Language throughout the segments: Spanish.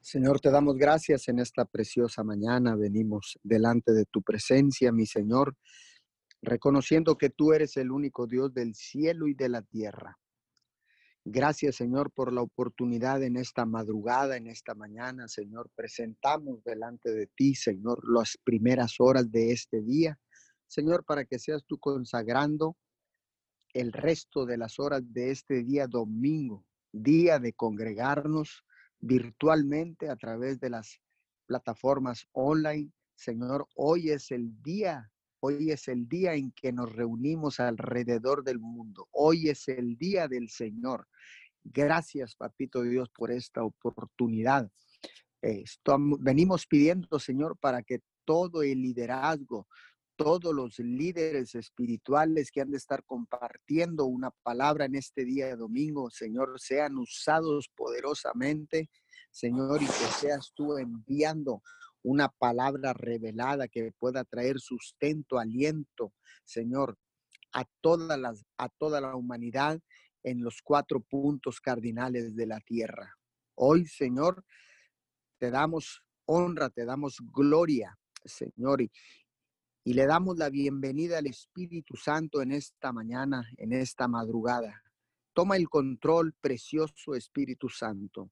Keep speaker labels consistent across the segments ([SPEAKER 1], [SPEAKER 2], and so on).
[SPEAKER 1] Señor, te damos gracias en esta preciosa mañana. Venimos delante de tu presencia, mi Señor, reconociendo que tú eres el único Dios del cielo y de la tierra. Gracias, Señor, por la oportunidad en esta madrugada, en esta mañana, Señor. Presentamos delante de ti, Señor, las primeras horas de este día, Señor, para que seas tú consagrando el resto de las horas de este día domingo, día de congregarnos virtualmente a través de las plataformas online. Señor, hoy es el día en que nos reunimos alrededor del mundo. Hoy es el día del Señor. Gracias, Papito Dios, por esta oportunidad. Venimos pidiendo, Señor, para que todo el liderazgo, todos los líderes espirituales que han de estar compartiendo una palabra en este día de domingo, Señor, sean usados poderosamente, Señor, y que seas tú enviando una palabra revelada que pueda traer sustento, aliento, Señor, a toda la humanidad en los 4 puntos cardinales de la tierra. Hoy, Señor, te damos honra, te damos gloria, Señor, y le damos la bienvenida al Espíritu Santo en esta mañana, en esta madrugada. Toma el control, precioso Espíritu Santo.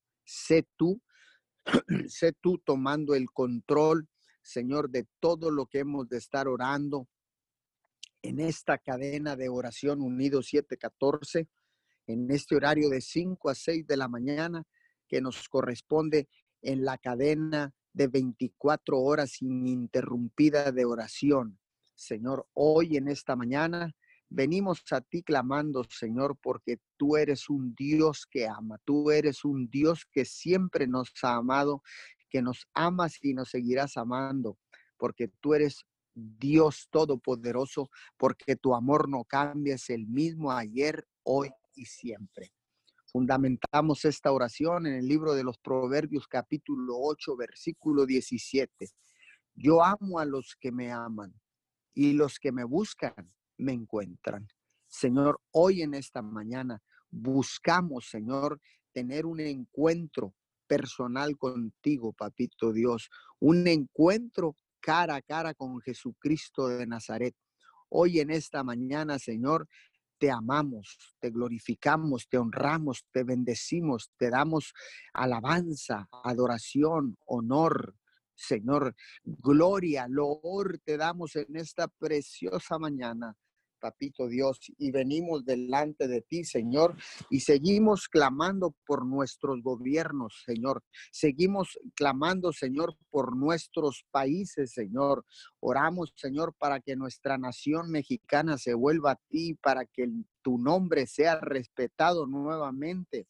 [SPEAKER 1] Sé tú tomando el control, Señor, de todo lo que hemos de estar orando en esta cadena de oración Unidos 714, en este horario de 5 a 6 de la mañana, que nos corresponde en la cadena de 24 horas ininterrumpida de oración. Señor, hoy en esta mañana venimos a ti clamando, Señor, porque tú eres un Dios que ama, tú eres un Dios que siempre nos ha amado, que nos amas y nos seguirás amando, porque tú eres Dios todopoderoso, porque tu amor no cambia, es el mismo ayer, hoy y siempre. Fundamentamos esta oración en el libro de los Proverbios, capítulo 8, versículo 17. Yo amo a los que me aman y los que me buscan me encuentran. Señor, hoy en esta mañana buscamos, Señor, tener un encuentro personal contigo, Papito Dios, un encuentro cara a cara con Jesucristo de Nazaret. Hoy en esta mañana, Señor, te amamos, te glorificamos, te honramos, te bendecimos, te damos alabanza, adoración, honor, Señor, gloria, loor te damos en esta preciosa mañana, Papito Dios, y venimos delante de ti, Señor, y seguimos clamando por nuestros gobiernos, Señor. Seguimos clamando, Señor, por nuestros países, Señor. Oramos, Señor, para que nuestra nación mexicana se vuelva a ti, para que tu nombre sea respetado nuevamente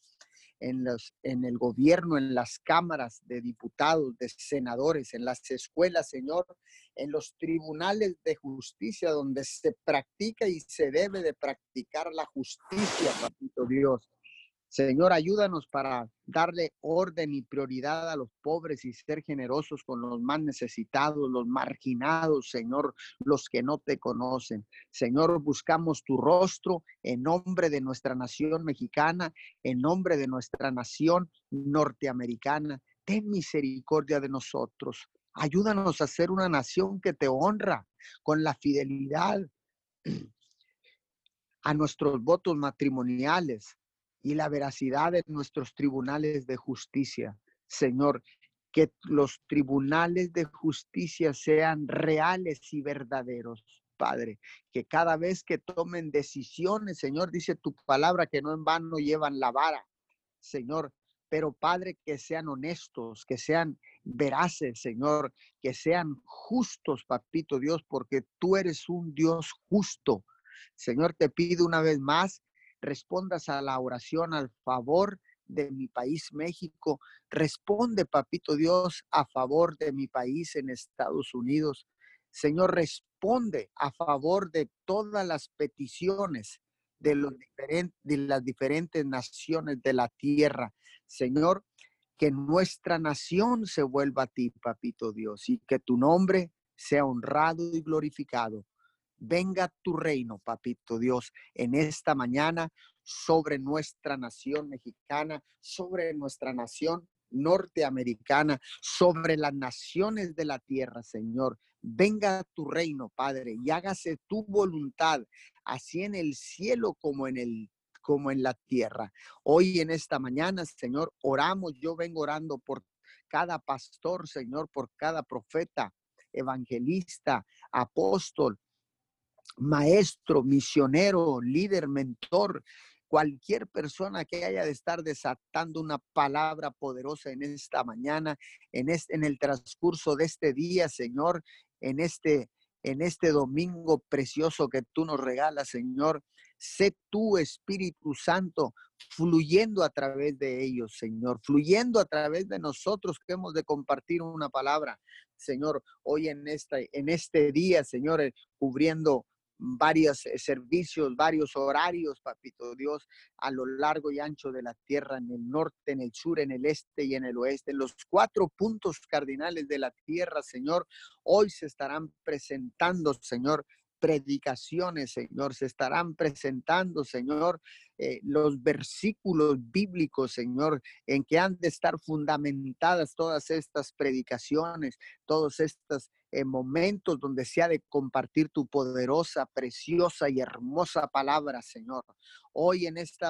[SPEAKER 1] en el gobierno, en las cámaras de diputados, de senadores, en las escuelas, Señor, en los tribunales de justicia donde se practica y se debe de practicar la justicia, Papito Dios. Señor, ayúdanos para darle orden y prioridad a los pobres y ser generosos con los más necesitados, los marginados, Señor, los que no te conocen. Señor, buscamos tu rostro en nombre de nuestra nación mexicana, en nombre de nuestra nación norteamericana. Ten misericordia de nosotros. Ayúdanos a ser una nación que te honra con la fidelidad a nuestros votos matrimoniales y la veracidad de nuestros tribunales de justicia. Señor, que los tribunales de justicia sean reales y verdaderos, Padre, que cada vez que tomen decisiones, Señor, dice tu palabra que no en vano llevan la vara, Señor, pero Padre, que sean honestos, que sean veraces, Señor, que sean justos, Papito Dios, porque tú eres un Dios justo. Señor, te pido una vez más, respondas a la oración al favor de mi país, México. Responde, Papito Dios, a favor de mi país en Estados Unidos. Señor, responde a favor de todas las peticiones de las diferentes naciones de la tierra. Señor, que nuestra nación se vuelva a ti, Papito Dios, y que tu nombre sea honrado y glorificado. Venga tu reino, Papito Dios, en esta mañana sobre nuestra nación mexicana, sobre nuestra nación norteamericana, sobre las naciones de la tierra, Señor. Venga a tu reino, Padre, y hágase tu voluntad, así en el cielo como en la tierra. Hoy en esta mañana, Señor, oramos, yo vengo orando por cada pastor, Señor, por cada profeta, evangelista, apóstol, maestro, misionero, líder, mentor, cualquier persona que haya de estar desatando una palabra poderosa en esta mañana, en el transcurso de este día, Señor, en en este domingo precioso que tú nos regalas, Señor. Sé tú, Espíritu Santo, fluyendo a través de ellos, Señor, fluyendo a través de nosotros que hemos de compartir una palabra, Señor, hoy en este día, Señor, cubriendo varios servicios, varios horarios, papito Dios, a lo largo y ancho de la tierra, en el norte, en el sur, en el este y en el oeste, en los 4 puntos cardinales de la tierra, Señor. Hoy se estarán presentando, Señor, predicaciones, Señor, se estarán presentando, Señor, los versículos bíblicos, Señor, en que han de estar fundamentadas todas estas predicaciones, todos estos momentos donde se ha de compartir tu poderosa, preciosa y hermosa palabra, Señor. Hoy en esta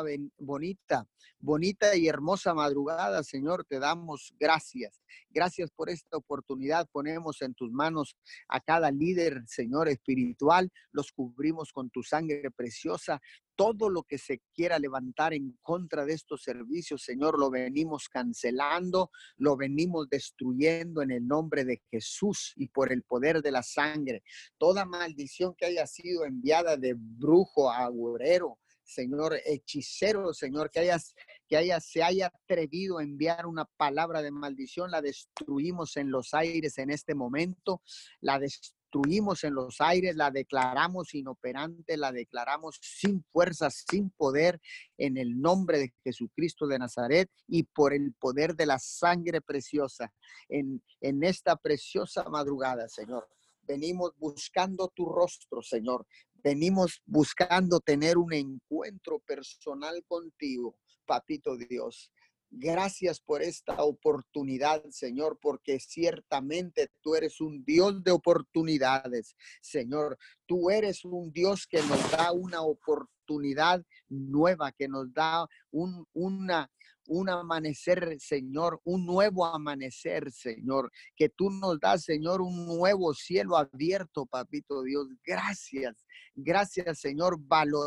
[SPEAKER 1] bonita y hermosa madrugada, Señor, te damos gracias. Gracias por esta oportunidad. Ponemos en tus manos a cada líder, Señor, espiritual. Los cubrimos con tu sangre preciosa. Todo lo que se quiera levantar en contra de estos servicios, Señor, lo venimos cancelando, lo venimos destruyendo en el nombre de Jesús y por el poder de la sangre. Toda maldición que haya sido enviada de brujo, agorero, Señor, hechicero, Señor, se haya atrevido a enviar una palabra de maldición, la destruimos en los aires en este momento, la destruimos en los aires, la declaramos inoperante, la declaramos sin fuerza, sin poder, en el nombre de Jesucristo de Nazaret y por el poder de la sangre preciosa en esta preciosa madrugada, Señor. Venimos buscando tu rostro, Señor. Venimos buscando tener un encuentro personal contigo, Papito Dios. Gracias por esta oportunidad, Señor, porque ciertamente tú eres un Dios de oportunidades, Señor. Tú eres un Dios que nos da una oportunidad nueva, que nos da un amanecer, Señor, un nuevo amanecer, Señor, que tú nos das, Señor, un nuevo cielo abierto, Papito Dios. Gracias, gracias, Señor.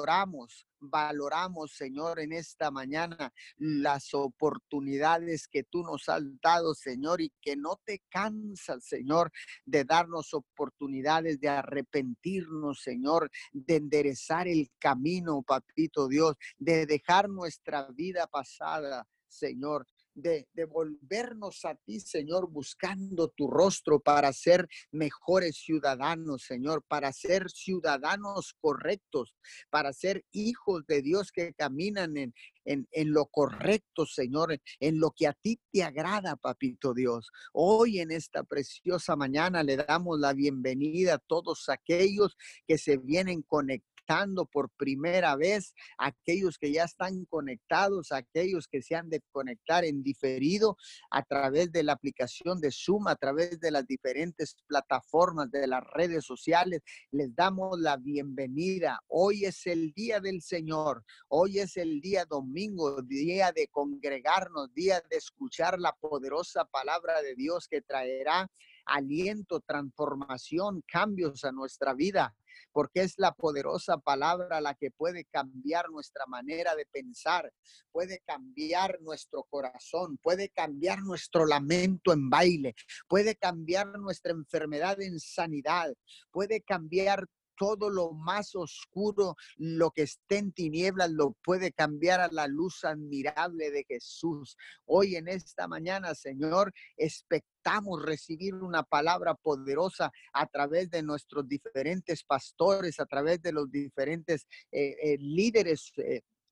[SPEAKER 1] Valoramos, Señor, en esta mañana las oportunidades que tú nos has dado, Señor, y que no te cansas, Señor, de darnos oportunidades de arrepentirnos, Señor, de enderezar el camino, Papito Dios, de dejar nuestra vida pasada, Señor, de volvernos a ti, Señor, buscando tu rostro para ser mejores ciudadanos, Señor, para ser ciudadanos correctos, para ser hijos de Dios que caminan en lo correcto, Señor, en lo que a ti te agrada, Papito Dios. Hoy en esta preciosa mañana le damos la bienvenida a todos aquellos que se vienen conectando por primera vez, aquellos que ya están conectados, aquellos que se han de conectar en diferido a través de la aplicación de Zoom, a través de las diferentes plataformas de las redes sociales. Les damos la bienvenida. Hoy es el día del Señor. Hoy es el día domingo, día de congregarnos, día de escuchar la poderosa palabra de Dios que traerá aliento, transformación, cambios a nuestra vida, porque es la poderosa palabra la que puede cambiar nuestra manera de pensar, puede cambiar nuestro corazón, puede cambiar nuestro lamento en baile, puede cambiar nuestra enfermedad en sanidad, puede cambiar todo lo más oscuro, lo que esté en tinieblas, lo puede cambiar a la luz admirable de Jesús. Hoy en esta mañana, Señor, expectamos recibir una palabra poderosa a través de nuestros diferentes pastores, a través de los diferentes líderes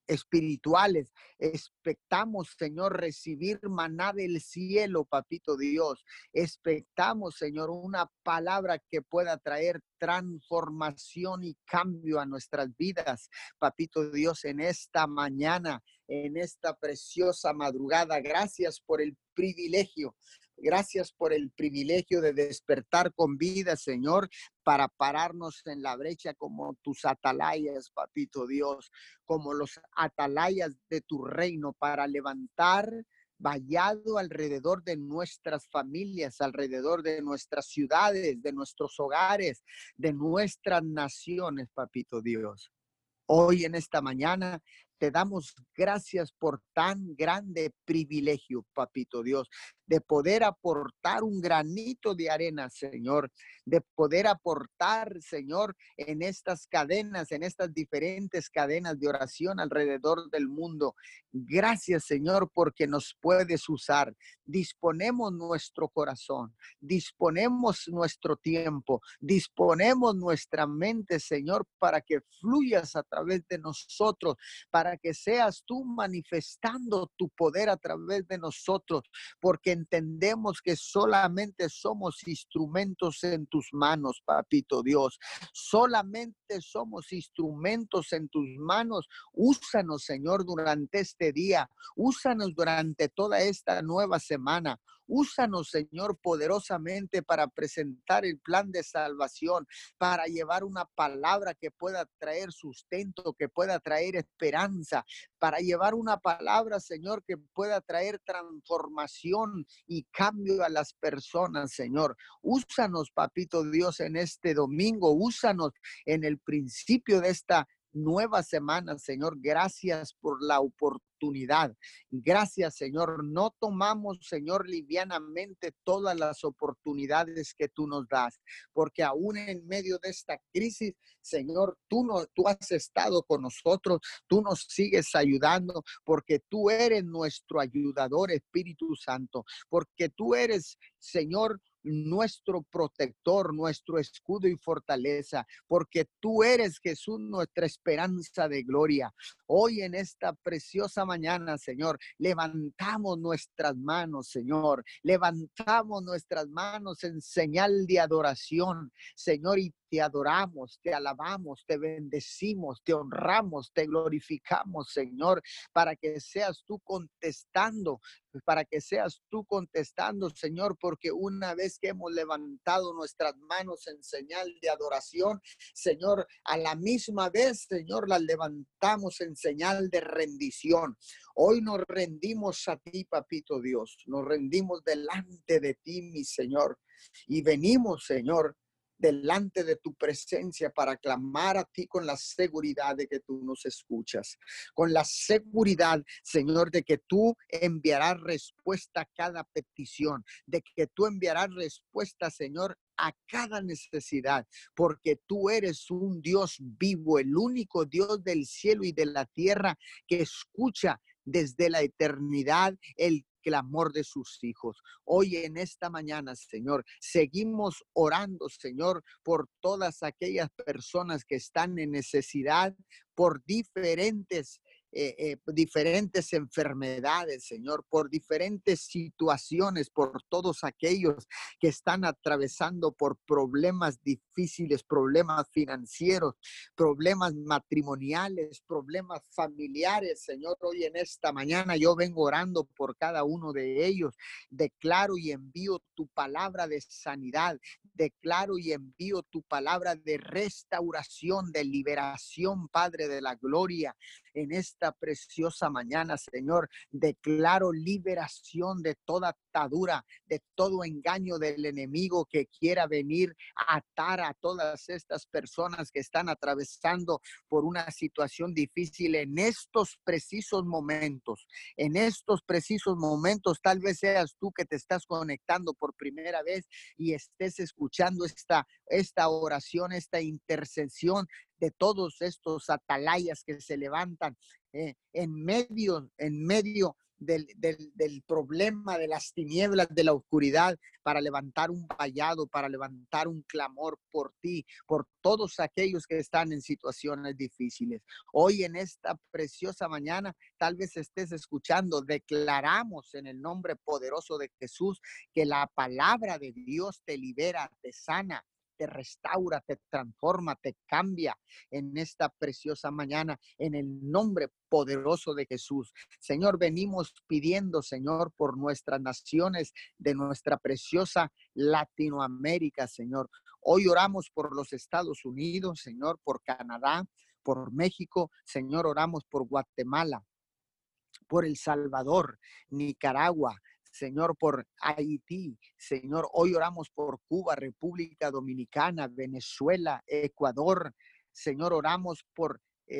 [SPEAKER 1] espirituales. Expectamos, Señor, recibir maná del cielo, papito Dios. Expectamos, Señor, una palabra que pueda traer transformación y cambio a nuestras vidas, papito Dios, en esta mañana, en esta preciosa madrugada. Gracias por el privilegio. Gracias por el privilegio de despertar con vida, Señor, para pararnos en la brecha como tus atalayas, papito Dios, como los atalayas de tu reino, para levantar vallado alrededor de nuestras familias, alrededor de nuestras ciudades, de nuestros hogares, de nuestras naciones, papito Dios. Hoy en esta mañana te damos gracias por tan grande privilegio, papito Dios, de poder aportar un granito de arena, Señor, de poder aportar, Señor, en estas cadenas, en estas diferentes cadenas de oración alrededor del mundo. Gracias, Señor, porque nos puedes usar. Disponemos nuestro corazón, disponemos nuestro tiempo, disponemos nuestra mente, Señor, para que fluyas a través de nosotros, para que seas tú manifestando tu poder a través de nosotros, porque entendemos que solamente somos instrumentos en tus manos, papito Dios. Solamente somos instrumentos en tus manos. Úsanos, Señor, durante este día. Úsanos durante toda esta nueva semana. Úsanos, Señor, poderosamente para presentar el plan de salvación, para llevar una palabra que pueda traer sustento, que pueda traer esperanza, para llevar una palabra, Señor, que pueda traer transformación y cambio a las personas, Señor. Úsanos, papito Dios, en este domingo. Úsanos en el principio de esta nueva semana, Señor. Gracias por la oportunidad. Gracias, Señor. No tomamos, Señor, livianamente todas las oportunidades que tú nos das, porque aún en medio de esta crisis, Señor, tú has estado con nosotros, tú nos sigues ayudando, porque tú eres nuestro ayudador, Espíritu Santo, porque tú eres, Señor, nuestro protector, nuestro escudo y fortaleza, porque tú eres, Jesús, nuestra esperanza de gloria. Hoy en esta preciosa mañana, Señor, levantamos nuestras manos, Señor, levantamos nuestras manos en señal de adoración, Señor, y te adoramos, te alabamos, te bendecimos, te honramos, te glorificamos, Señor, para que seas tú contestando, Señor, porque una vez que hemos levantado nuestras manos en señal de adoración, Señor, a la misma vez, Señor, las levantamos en señal de rendición. Hoy nos rendimos a ti, papito Dios, nos rendimos delante de ti, mi Señor, y venimos, Señor, delante de tu presencia para clamar a ti con la seguridad de que tú nos escuchas, con la seguridad, Señor, de que tú enviarás respuesta a cada petición, de que tú enviarás respuesta, Señor, a cada necesidad, porque tú eres un Dios vivo, el único Dios del cielo y de la tierra que escucha desde la eternidad el clamor de sus hijos. Hoy en esta mañana, Señor, seguimos orando, Señor, por todas aquellas personas que están en necesidad, por diferentes enfermedades, Señor, por diferentes situaciones, por todos aquellos que están atravesando por problemas difíciles, problemas financieros, problemas matrimoniales, problemas familiares, Señor. Hoy en esta mañana yo vengo orando por cada uno de ellos. Declaro y envío tu palabra de sanidad. Declaro y envío tu palabra de restauración, de liberación, Padre de la gloria. En esta preciosa mañana, Señor, declaro liberación de toda atadura, de todo engaño del enemigo que quiera venir a atar a todas estas personas que están atravesando por una situación difícil en estos precisos momentos. En estos precisos momentos, tal vez seas tú que te estás conectando por primera vez y estés escuchando esta oración, esta intercesión de todos estos atalayas que se levantan en medio del problema, de las tinieblas, de la oscuridad, para levantar un vallado, para levantar un clamor por ti, por todos aquellos que están en situaciones difíciles. Hoy en esta preciosa mañana, tal vez estés escuchando, declaramos en el nombre poderoso de Jesús que la palabra de Dios te libera, te sana, te restaura, te transforma, te cambia en esta preciosa mañana, en el nombre poderoso de Jesús. Señor, venimos pidiendo, Señor, por nuestras naciones de nuestra preciosa Latinoamérica, Señor. Hoy oramos por los Estados Unidos, Señor, por Canadá, por México, Señor, oramos por Guatemala, por El Salvador, Nicaragua, Señor, por Haití, Señor, hoy oramos por Cuba, República Dominicana, Venezuela, Ecuador, Señor, oramos por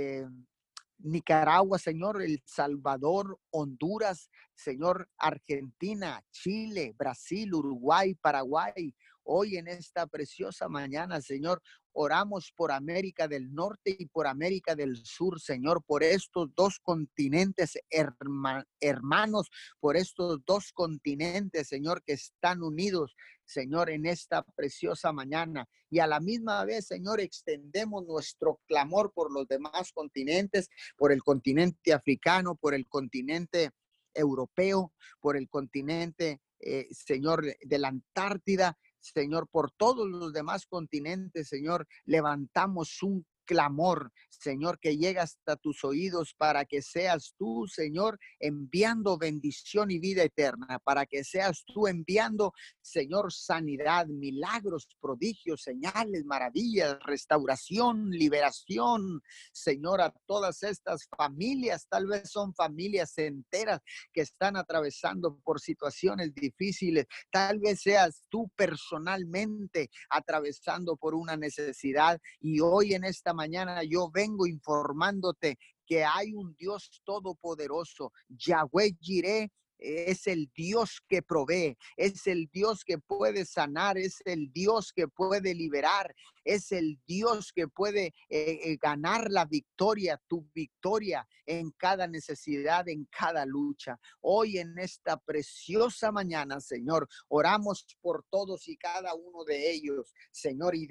[SPEAKER 1] Nicaragua, Señor, El Salvador, Honduras, Señor, Argentina, Chile, Brasil, Uruguay, Paraguay. Hoy en esta preciosa mañana, Señor, oramos por América del Norte y por América del Sur, Señor, por estos dos continentes hermanos, por estos dos continentes, Señor, que están unidos, Señor, en esta preciosa mañana. Y a la misma vez, Señor, extendemos nuestro clamor por los demás continentes, por el continente africano, por el continente europeo, por el continente, Señor, de la Antártida, Señor, por todos los demás continentes, Señor, levantamos un clamor, Señor, que llega hasta tus oídos para que seas tú, Señor, enviando bendición y vida eterna, para que seas tú enviando, Señor, sanidad, milagros, prodigios, señales, maravillas, restauración, liberación, Señor, a todas estas familias, tal vez son familias enteras que están atravesando por situaciones difíciles, tal vez seas tú personalmente atravesando por una necesidad, y hoy en esta mañana yo vengo informándote que hay un Dios todopoderoso, Yahweh Jireh. Es el Dios que provee, es el Dios que puede sanar, es el Dios que puede liberar, es el Dios que puede ganar la victoria, tu victoria en cada necesidad, en cada lucha. Hoy en esta preciosa mañana, Señor, oramos por todos y cada uno de ellos, Señor, y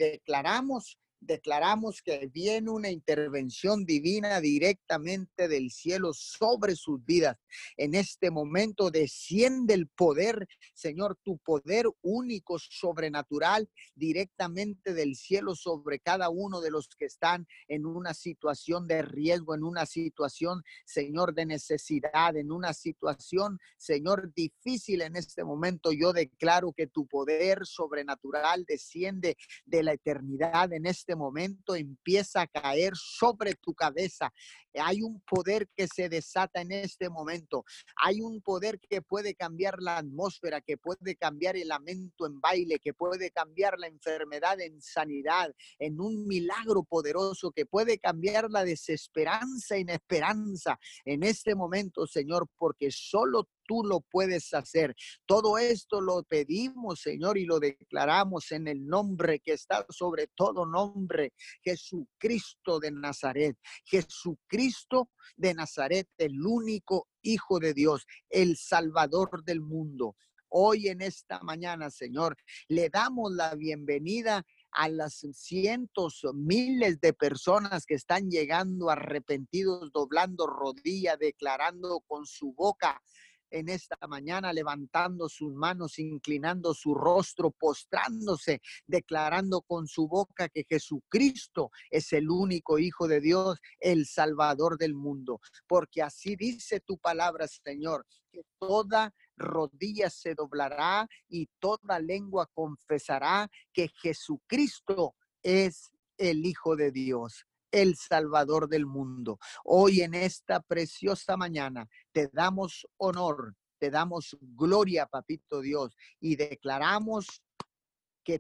[SPEAKER 1] declaramos que viene una intervención divina directamente del cielo sobre sus vidas. En este momento desciende el poder, Señor, tu poder único, sobrenatural, directamente del cielo sobre cada uno de los que están en una situación de riesgo, en una situación, Señor, de necesidad, en una situación, Señor, difícil en este momento. Yo declaro que tu poder sobrenatural desciende de la eternidad en este momento, empieza a caer sobre tu cabeza. Hay un poder que se desata en este momento. Hay un poder que puede cambiar la atmósfera, que puede cambiar el lamento en baile, que puede cambiar la enfermedad en sanidad, en un milagro poderoso, que puede cambiar la desesperanza en esperanza en este momento, Señor, porque solo tú lo puedes hacer. Todo esto lo pedimos, Señor, y lo declaramos en el nombre que está sobre todo nombre, Jesucristo de Nazaret. Jesucristo de Nazaret, el único Hijo de Dios, el Salvador del mundo. Hoy en esta mañana, Señor, le damos la bienvenida a las cientos, miles de personas que están llegando arrepentidos, doblando rodilla, declarando con su boca en esta mañana, levantando sus manos, inclinando su rostro, postrándose, declarando con su boca que Jesucristo es el único Hijo de Dios, el Salvador del mundo. Porque así dice tu palabra, Señor, que toda rodilla se doblará y toda lengua confesará que Jesucristo es el Hijo de Dios, el Salvador del mundo. Hoy en esta preciosa mañana te damos honor, te damos gloria, papito Dios, y declaramos que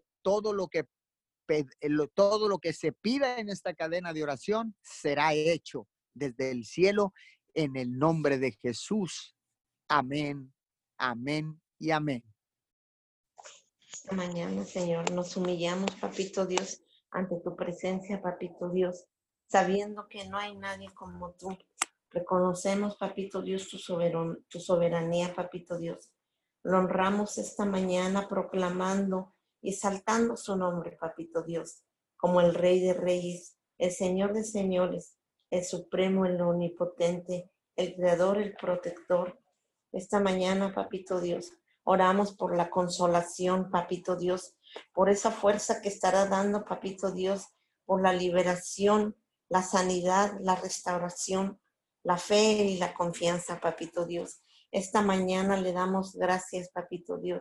[SPEAKER 1] todo lo que se pida en esta cadena de oración será hecho desde el cielo en el nombre de Jesús. Amén, amén y amén.
[SPEAKER 2] Esta mañana, Señor, nos humillamos, papito Dios, ante tu presencia, papito Dios, sabiendo que no hay nadie como tú, Reconocemos, papito Dios, tu soberanía, papito Dios. Lo honramos esta mañana proclamando y exaltando su nombre, papito Dios, como el Rey de Reyes, el Señor de Señores, el Supremo, el Omnipotente, el Creador, el Protector. Esta mañana, papito Dios, oramos por la consolación, papito Dios, por esa fuerza que estará dando, papito Dios, por la liberación, la sanidad, la restauración, la fe y la confianza, papito Dios. Esta mañana le damos gracias, papito Dios.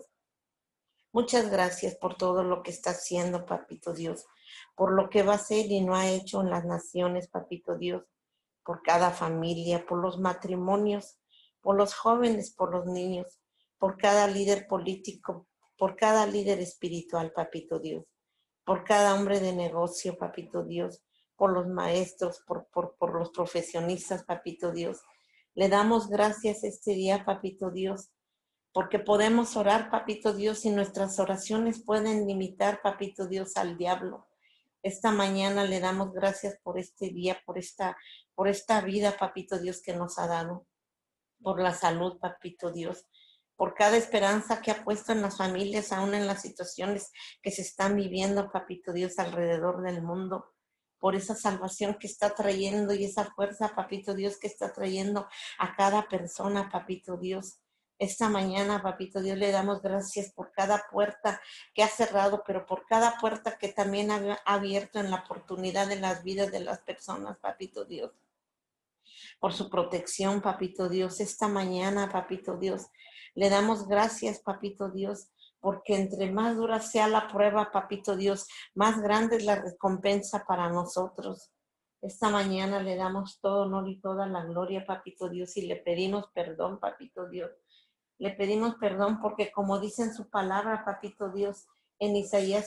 [SPEAKER 2] Muchas gracias por todo lo que está haciendo, papito Dios, por lo que va a hacer y no ha hecho en las naciones, papito Dios, por cada familia, por los matrimonios, por los jóvenes, por los niños, por cada líder político, por cada líder espiritual, papito Dios, por cada hombre de negocio, papito Dios, por los maestros, por los profesionistas, papito Dios. Le damos gracias este día, papito Dios, porque podemos orar, papito Dios, y nuestras oraciones pueden limitar, papito Dios, al diablo. Esta mañana le damos gracias por este día, por esta vida, papito Dios, que nos ha dado, por la salud, papito Dios, por cada esperanza que ha puesto en las familias, aún en las situaciones que se están viviendo, papito Dios, alrededor del mundo, por esa salvación que está trayendo y esa fuerza, papito Dios, que está trayendo a cada persona, papito Dios. Esta mañana, papito Dios, le damos gracias por cada puerta que ha cerrado, pero por cada puerta que también ha abierto en la oportunidad de las vidas de las personas, papito Dios. Por su protección, papito Dios. Esta mañana, papito Dios, le damos gracias, papito Dios, porque entre más dura sea la prueba, papito Dios, más grande es la recompensa para nosotros. Esta mañana le damos todo honor y toda la gloria, papito Dios, y le pedimos perdón, papito Dios. Le pedimos perdón porque como dice en su palabra, papito Dios, en Isaías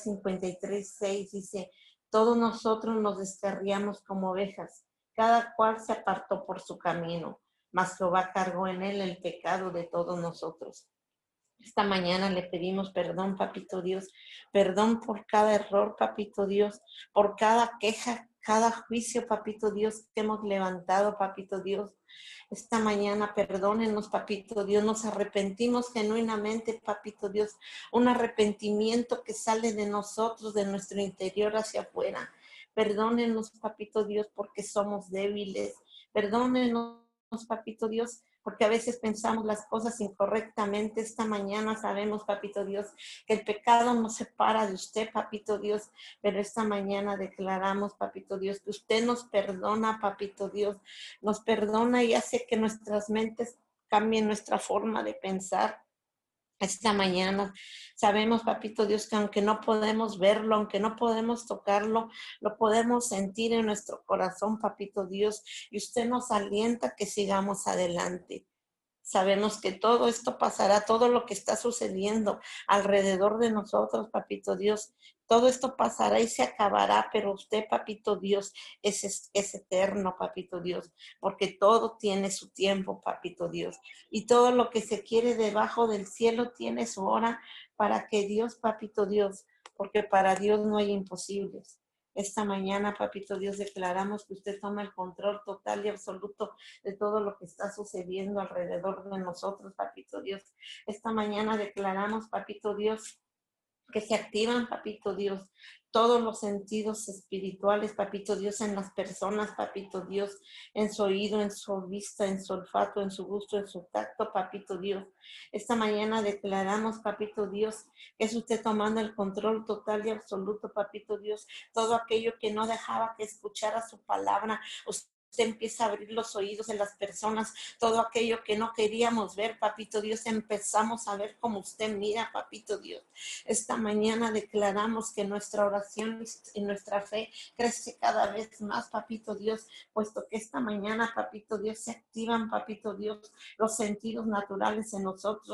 [SPEAKER 2] 53:6 dice, todos nosotros nos descarriamos como ovejas, cada cual se apartó por su camino, mas Jehová cargó en él el pecado de todos nosotros. Esta mañana le pedimos perdón, papito Dios, perdón por cada error, papito Dios, por cada queja, cada juicio, papito Dios, que hemos levantado, papito Dios. Esta mañana perdónenos, papito Dios, nos arrepentimos genuinamente, papito Dios, un arrepentimiento que sale de nosotros, de nuestro interior hacia afuera. Perdónenos, papito Dios, porque somos débiles. Perdónenos, papito Dios, porque a veces pensamos las cosas incorrectamente. Esta mañana sabemos, papito Dios, que el pecado nos separa de usted, papito Dios, pero esta mañana declaramos, papito Dios, que usted nos perdona, papito Dios, nos perdona y hace que nuestras mentes cambien nuestra forma de pensar. Esta mañana sabemos, papito Dios, que aunque no podemos verlo, aunque no podemos tocarlo, lo podemos sentir en nuestro corazón, papito Dios, y usted nos alienta que sigamos adelante. Sabemos que todo esto pasará, todo lo que está sucediendo alrededor de nosotros, papito Dios, todo esto pasará y se acabará, pero usted, papito Dios, es eterno, papito Dios, porque todo tiene su tiempo, papito Dios, y todo lo que se quiere debajo del cielo tiene su hora para que Dios, papito Dios, porque para Dios no hay imposibles. Esta mañana, papito Dios, declaramos que usted toma el control total y absoluto de todo lo que está sucediendo alrededor de nosotros, papito Dios. Esta mañana declaramos, papito Dios, que se activan, papito Dios, todos los sentidos espirituales, papito Dios, en las personas, papito Dios, en su oído, en su vista, en su olfato, en su gusto, en su tacto, papito Dios. Esta mañana declaramos, papito Dios, que es usted tomando el control total y absoluto, papito Dios, todo aquello que no dejaba que escuchara su palabra, usted empieza a abrir los oídos de las personas, todo aquello que no queríamos ver, papito Dios, empezamos a ver como usted mira, papito Dios. Esta mañana declaramos que nuestra oración y nuestra fe crece cada vez más, papito Dios, puesto que esta mañana, papito Dios, se activan, papito Dios, los sentidos naturales en nosotros.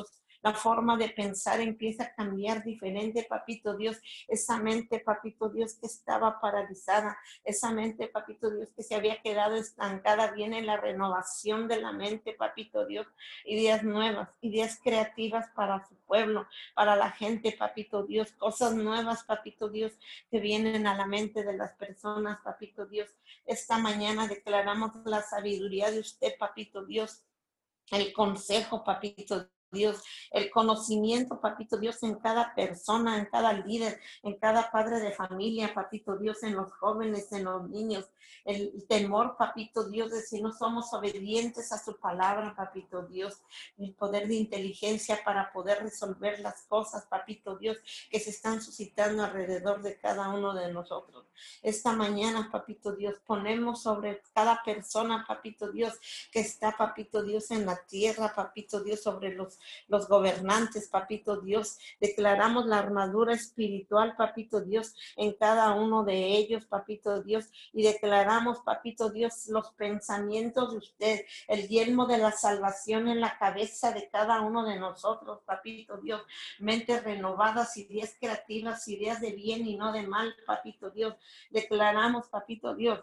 [SPEAKER 2] la forma de pensar empieza a cambiar diferente, papito Dios. Esa mente, papito Dios, que estaba paralizada, esa mente, papito Dios, que se había quedado estancada, viene la renovación de la mente, papito Dios, ideas nuevas, ideas creativas para su pueblo, para la gente, papito Dios, cosas nuevas, papito Dios, que vienen a la mente de las personas, papito Dios. Esta mañana declaramos la sabiduría de usted, papito Dios, el consejo, papito Dios, el conocimiento, papito Dios, en cada persona, en cada líder, en cada padre de familia, papito Dios, en los jóvenes, en los niños, el temor, papito Dios, de si no somos obedientes a su palabra, papito Dios, el poder de inteligencia para poder resolver las cosas, papito Dios, que se están suscitando alrededor de cada uno de nosotros. Esta mañana, papito Dios, ponemos sobre cada persona, papito Dios, que está, papito Dios, en la tierra, papito Dios, sobre los gobernantes, papito Dios. Declaramos la armadura espiritual, papito Dios, en cada uno de ellos, papito Dios, y declaramos, papito Dios, los pensamientos de usted, el yelmo de la salvación en la cabeza de cada uno de nosotros, papito Dios, mentes renovadas, ideas creativas, ideas de bien y no de mal, papito Dios. Declaramos, papito Dios,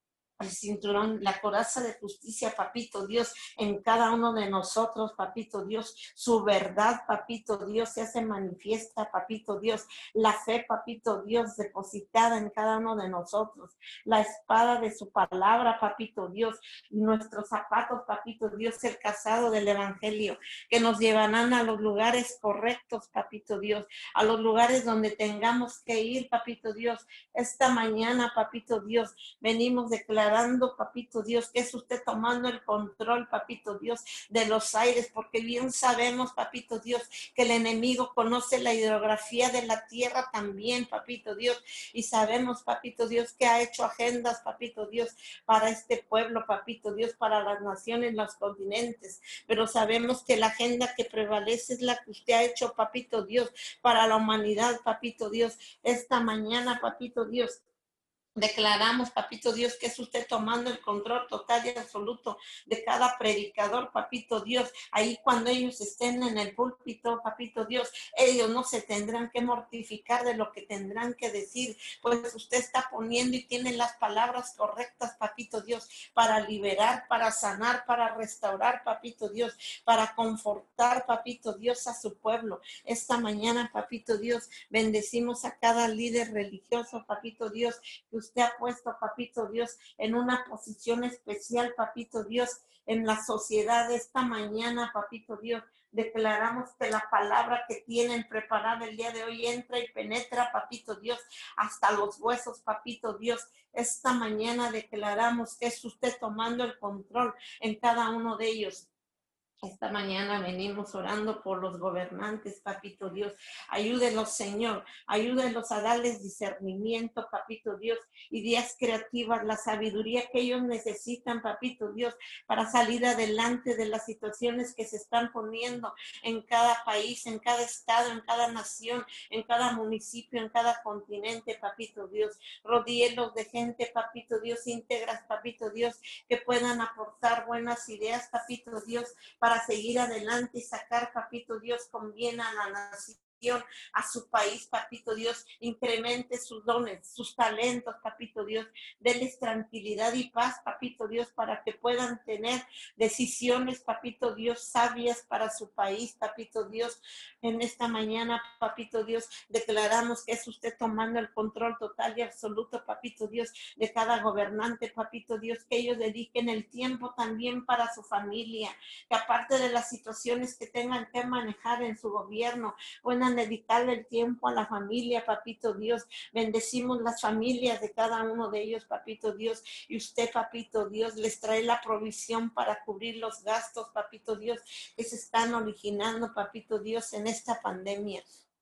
[SPEAKER 2] el cinturón, la coraza de justicia, papito Dios, en cada uno de nosotros, papito Dios, su verdad, papito Dios, se hace manifiesta, papito Dios, la fe, papito Dios, depositada en cada uno de nosotros, la espada de su palabra, papito Dios, nuestros zapatos, papito Dios, el calzado del evangelio, que nos llevarán a los lugares correctos, papito Dios, a los lugares donde tengamos que ir, papito Dios. Esta mañana, papito Dios, venimos declarando, papito Dios, que es usted tomando el control, papito Dios, de los aires, porque bien sabemos, papito Dios, que el enemigo conoce la hidrografía de la tierra también, papito Dios, y sabemos, papito Dios, que ha hecho agendas, papito Dios, para este pueblo, papito Dios, para las naciones, los continentes, pero sabemos que la agenda que prevalece es la que usted ha hecho, papito Dios, para la humanidad, papito Dios. Esta mañana, papito Dios, declaramos, papito Dios, que es usted tomando el control total y absoluto de cada predicador, papito Dios. Ahí cuando ellos estén en el púlpito, papito Dios, ellos no se tendrán que mortificar de lo que tendrán que decir, pues usted está poniendo y tiene las palabras correctas, papito Dios, para liberar, para sanar, para restaurar, papito Dios, para confortar, papito Dios, a su pueblo. Esta mañana, papito Dios, bendecimos a cada líder religioso, papito Dios, que usted ha puesto, papito Dios, en una posición especial, papito Dios, en la sociedad. Esta mañana, papito Dios, declaramos que la palabra que tienen preparada el día de hoy entra y penetra, papito Dios, hasta los huesos, papito Dios. Esta mañana declaramos que es usted tomando el control en cada uno de ellos. Esta mañana venimos orando por los gobernantes, papito Dios. Ayúdenlos, Señor. Ayúdenlos a darles discernimiento, papito Dios, ideas creativas, la sabiduría que ellos necesitan, papito Dios, para salir adelante de las situaciones que se están poniendo en cada país, en cada estado, en cada nación, en cada municipio, en cada continente, papito Dios. Rodíelos de gente, papito Dios, íntegras, papito Dios, que puedan aportar buenas ideas, papito Dios, para seguir adelante y sacar, papito Dios, con bien a la nación, a su país, papito Dios. Incremente sus dones, sus talentos, papito Dios. Denles tranquilidad y paz, papito Dios, para que puedan tener decisiones, papito Dios, sabias para su país, papito Dios. En esta mañana, papito Dios, declaramos que es usted tomando el control total y absoluto, papito Dios, de cada gobernante, papito Dios, que ellos dediquen el tiempo también para su familia, que aparte de las situaciones que tengan que manejar en su gobierno, puedan dedicarle el tiempo a la familia, papito Dios. Bendecimos las familias de cada uno de ellos, papito Dios, y usted, papito Dios, les trae la provisión para cubrir los gastos, papito Dios, que se están originando, papito Dios, en esta pandemia.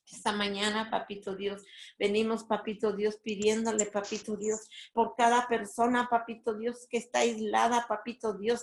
[SPEAKER 2] Esta mañana, papito Dios, venimos, papito Dios, pidiéndole, papito Dios, por cada persona, papito Dios, que está aislada, papito Dios,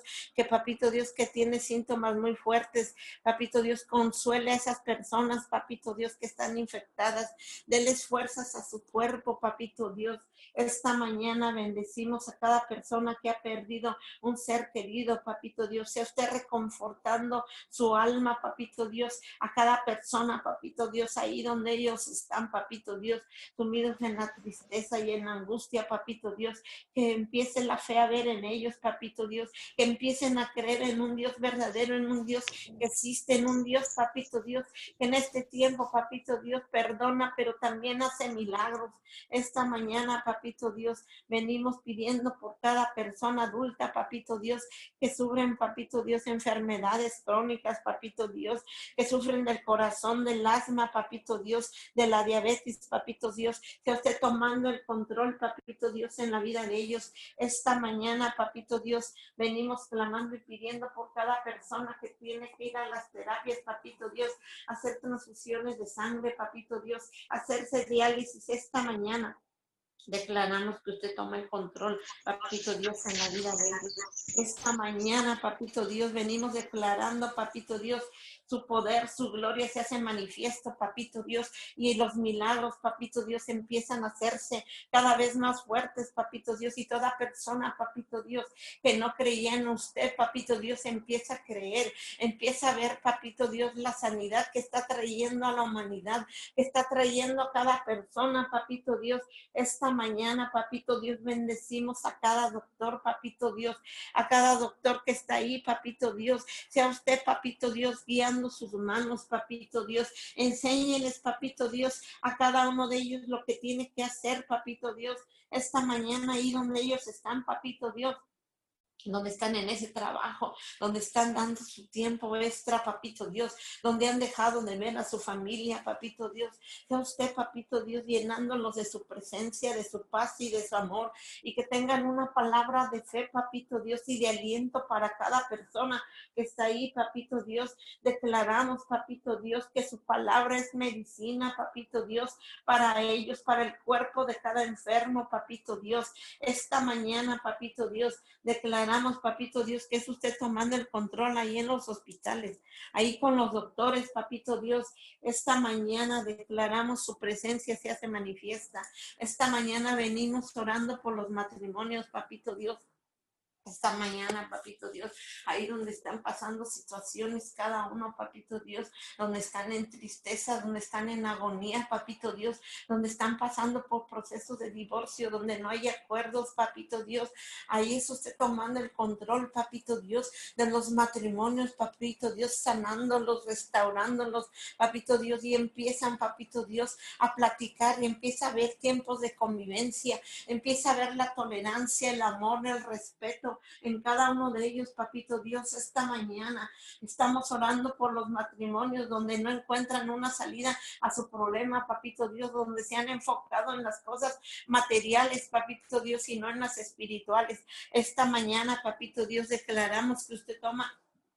[SPEAKER 2] que tiene síntomas muy fuertes, papito Dios, consuele a esas personas, papito Dios, que están infectadas, deles fuerzas a su cuerpo, papito Dios. Esta mañana bendecimos a cada persona que ha perdido un ser querido, papito Dios, sea usted reconfortando su alma, papito Dios, a cada persona, papito Dios, ahí donde ellos están, papito Dios, sumidos en la tristeza y en la angustia, papito Dios, que empiece la fe a ver en ellos, papito Dios, que empiecen a creer en un Dios verdadero, en un Dios que existe, en un Dios, papito Dios, que en este tiempo, papito Dios, perdona, pero también hace milagros. Esta mañana, papito Dios, venimos pidiendo por cada persona adulta, papito Dios, que sufren, papito Dios, enfermedades crónicas, papito Dios, que sufren del corazón, del asma, papito Dios, de la diabetes, papito Dios, que usted tomando el control, papito Dios, en la vida de ellos. Esta mañana, papito Dios, venimos clamando y pidiendo por cada persona que tiene que ir a las terapias, papito Dios, hacer transfusiones de sangre, papito Dios, hacerse diálisis esta mañana. Declaramos que usted toma el control, papito Dios, en la vida de ellos. Esta mañana, papito Dios, venimos declarando, papito Dios, su poder, su gloria se hace manifiesto, papito Dios, y los milagros, papito Dios, empiezan a hacerse cada vez más fuertes, papito Dios, y toda persona, papito Dios, que no creía en usted, papito Dios, empieza a creer, empieza a ver, papito Dios, la sanidad que está trayendo a la humanidad, que está trayendo a cada persona, papito Dios. Esta mañana, papito Dios, bendecimos a cada doctor, papito Dios, a cada doctor que está ahí, papito Dios. Sea usted, papito Dios, guiando sus manos, papito Dios. Enséñeles, papito Dios, a cada uno de ellos lo que tiene que hacer, papito Dios. Esta mañana ahí donde ellos están, papito Dios, donde están en ese trabajo, donde están dando su tiempo extra, papito Dios, donde han dejado de ver a su familia, papito Dios. Sea usted, papito Dios, llenándolos de su presencia, de su paz y de su amor, y que tengan una palabra de fe, papito Dios, y de aliento para cada persona que está ahí, papito Dios. Declaramos, papito Dios, que su palabra es medicina, papito Dios, para ellos, para el cuerpo de cada enfermo, papito Dios. Esta mañana, papito Dios, declaramos, papito Dios, que es usted tomando el control ahí en los hospitales, ahí con los doctores, papito Dios. Esta mañana declaramos su presencia se hace manifiesta. Esta mañana venimos orando por los matrimonios, papito Dios. Esta mañana, papito Dios, ahí donde están pasando situaciones cada uno, papito Dios, donde están en tristeza, donde están en agonía, papito Dios, donde están pasando por procesos de divorcio, donde no hay acuerdos, papito Dios, ahí es usted tomando el control, papito Dios, de los matrimonios, papito Dios, sanándolos, restaurándolos, papito Dios, y empiezan, papito Dios, a platicar y empieza a haber tiempos de convivencia, empieza a ver la tolerancia, el amor, el respeto en cada uno de ellos, papito Dios. Esta mañana estamos orando por los matrimonios donde no encuentran una salida a su problema, papito Dios, donde se han enfocado en las cosas materiales, papito Dios, y no en las espirituales. Esta mañana, papito Dios, declaramos que usted toma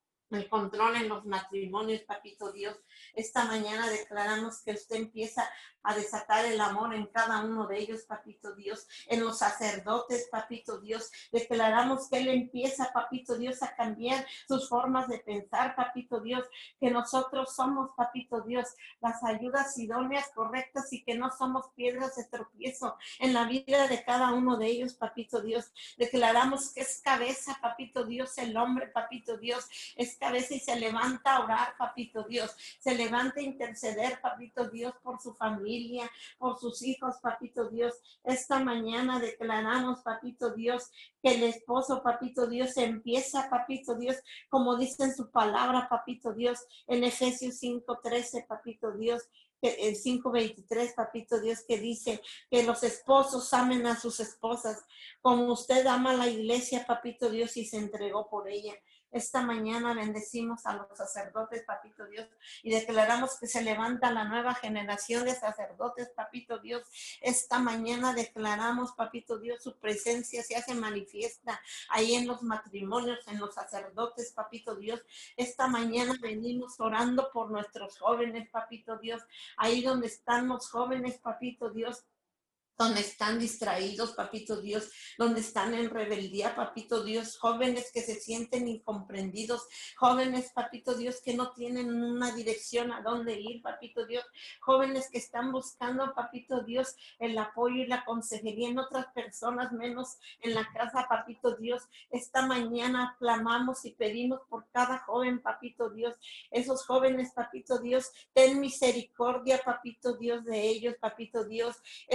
[SPEAKER 2] el control en los matrimonios, papito Dios. Esta mañana declaramos que usted empieza a desatar el amor en cada uno de ellos, papito Dios, en los sacerdotes, papito Dios. Declaramos que Él empieza, papito Dios, a cambiar sus formas de pensar, papito Dios, que nosotros somos, papito Dios, las ayudas idóneas, correctas, y que no somos piedras de tropiezo en la vida de cada uno de ellos, papito Dios. Declaramos que es cabeza, papito Dios, el hombre, papito Dios, es cabeza y se levanta a orar, papito Dios, se levanta a interceder, papito Dios, por su familia, por sus hijos, papito Dios. Esta mañana declaramos, papito Dios, que el esposo, papito Dios, empieza, papito Dios, como dice en su palabra, papito Dios, en Efesios 5:13, papito Dios, el 5:23, papito Dios, que dice que los esposos amen a sus esposas como usted ama a la iglesia, papito Dios, y se entregó por ella. Esta mañana bendecimos a los sacerdotes, papito Dios, y declaramos que se levanta la nueva generación de sacerdotes, papito Dios. Esta mañana declaramos, papito Dios, su presencia se hace manifiesta ahí en los matrimonios, en los sacerdotes, papito Dios. Esta mañana venimos orando por nuestros jóvenes, papito Dios, ahí donde están los jóvenes, papito Dios, donde están distraídos, papito Dios, donde están en rebeldía, papito Dios, jóvenes que se sienten incomprendidos, jóvenes, papito Dios, que no tienen una dirección a dónde ir, papito Dios, jóvenes que están buscando, papito Dios, el apoyo y la consejería en otras personas, menos en la casa, papito Dios. Esta mañana clamamos y pedimos por cada joven, papito Dios, esos jóvenes, papito Dios, ten misericordia, papito Dios, de ellos, papito Dios.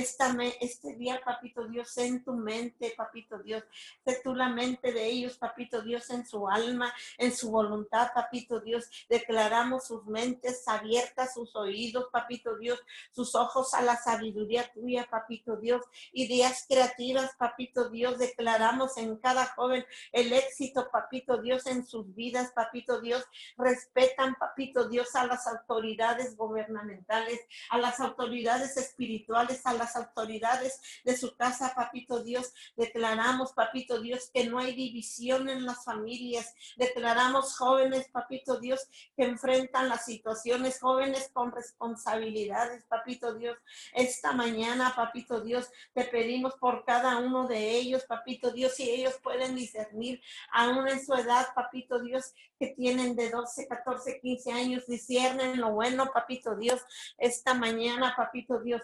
[SPEAKER 2] Este día, papito Dios, sé en tu mente, papito Dios, sé tú la mente de ellos, papito Dios, en su alma, en su voluntad, papito Dios. Declaramos sus mentes abiertas, sus oídos, papito Dios, sus ojos a la sabiduría tuya, papito Dios, ideas creativas, papito Dios. Declaramos en cada joven el éxito, papito Dios, en sus vidas, papito Dios. Respetan, papito Dios, a las autoridades gubernamentales, a las autoridades espirituales, a las autoridades de su casa, papito Dios. Declaramos, papito Dios, que no hay división en las familias. Declaramos jóvenes, papito Dios, que enfrentan las situaciones, jóvenes con responsabilidades, papito Dios. Esta mañana, papito Dios, te pedimos por cada uno de ellos, papito Dios, si ellos pueden discernir, aún en su edad, papito Dios, que tienen de 12, 14, 15 años, disciernen lo bueno, papito Dios. Esta mañana, papito Dios,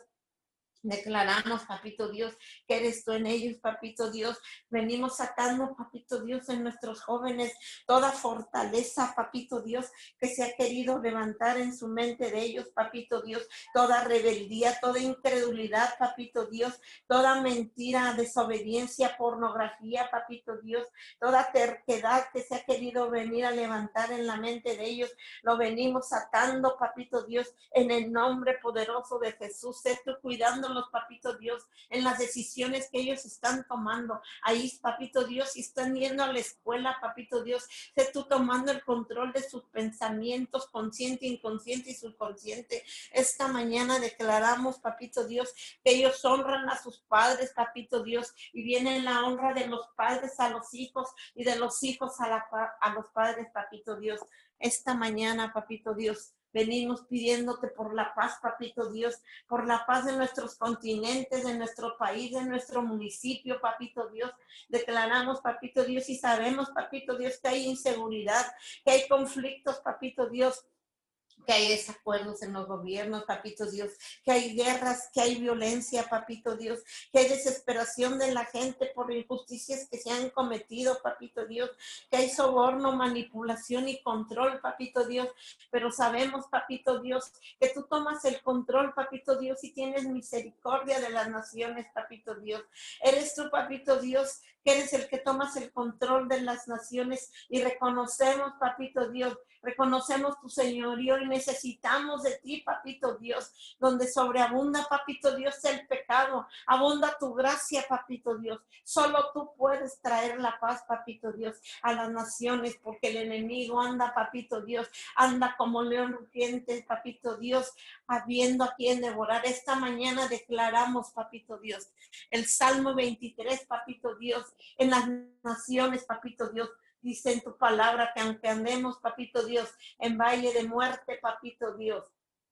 [SPEAKER 2] declaramos, papito Dios, que eres tú en ellos, papito Dios. Venimos sacando, papito Dios, en nuestros jóvenes toda fortaleza, papito Dios, que se ha querido levantar en su mente de ellos, papito Dios. Toda rebeldía, toda incredulidad, papito Dios. Toda mentira, desobediencia, pornografía, papito Dios. Toda terquedad que se ha querido venir a levantar en la mente de ellos, lo venimos sacando, papito Dios, en el nombre poderoso de Jesús. Sé tú cuidando los papitos Dios en las decisiones que ellos están tomando. Ahí, papito Dios, si están yendo a la escuela, papito Dios, sé tú tomando el control de sus pensamientos, consciente, inconsciente y subconsciente. Esta mañana declaramos, papito Dios, que ellos honran a sus padres, papito Dios, y viene la honra de los padres a los hijos y de los hijos a los padres, papito Dios. Esta mañana, papito Dios, venimos pidiéndote por la paz, papito Dios, por la paz de nuestros continentes, de nuestro país, de nuestro municipio, papito Dios. Declaramos, papito Dios, y sabemos, papito Dios, que hay inseguridad, que hay conflictos, papito Dios, que hay desacuerdos en los gobiernos, papito Dios, que hay guerras, que hay violencia, papito Dios, que hay desesperación de la gente por injusticias que se han cometido, papito Dios, que hay soborno, manipulación y control, papito Dios, pero sabemos, papito Dios, que tú tomas el control, papito Dios, y tienes misericordia de las naciones, papito Dios. Eres tú, papito Dios, que eres el que tomas el control de las naciones y reconocemos, papito Dios, reconocemos tu señorío y necesitamos de ti, papito Dios, donde sobreabunda, papito Dios, el pecado, abunda tu gracia, papito Dios. Solo tú puedes traer la paz, papito Dios, a las naciones, porque el enemigo anda, papito Dios, anda como león rugiente, papito Dios, habiendo a quien devorar. Esta mañana declaramos, papito Dios, el Salmo 23, papito Dios, en las naciones, papito Dios. Dice en tu palabra que aunque andemos, papito Dios, en valle de muerte, papito Dios,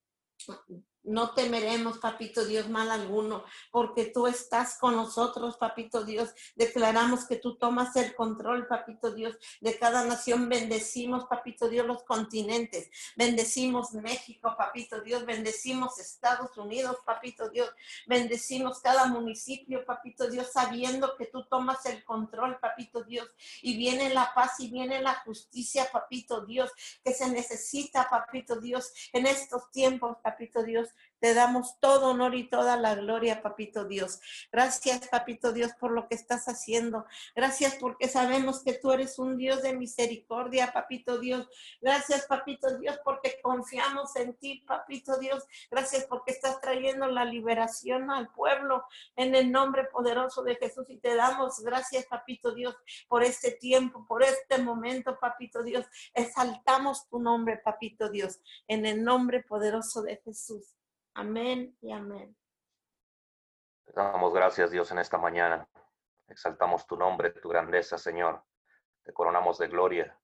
[SPEAKER 2] no temeremos, papito Dios, mal alguno, porque tú estás con nosotros, papito Dios. Declaramos que tú tomas el control, papito Dios, de cada nación. Bendecimos, papito Dios, los continentes. Bendecimos México, papito Dios. Bendecimos Estados Unidos, papito Dios. Bendecimos cada municipio, papito Dios, sabiendo que tú tomas el control, papito Dios. Y viene la paz y viene la justicia, papito Dios, que se necesita, papito Dios, en estos tiempos, papito Dios. Te damos todo honor y toda la gloria, papito Dios. Gracias, papito Dios, por lo que estás haciendo. Gracias porque sabemos que tú eres un Dios de misericordia, papito Dios. Gracias, papito Dios, porque confiamos en ti, papito Dios. Gracias porque estás trayendo la liberación al pueblo en el nombre poderoso de Jesús. Y te damos gracias, papito Dios, por este tiempo, por este momento, papito Dios. Exaltamos tu nombre, papito Dios, en el nombre poderoso de Jesús. Amén y amén.
[SPEAKER 3] Te damos gracias, Dios, en esta mañana. Exaltamos tu nombre, tu grandeza, Señor. Te coronamos de gloria.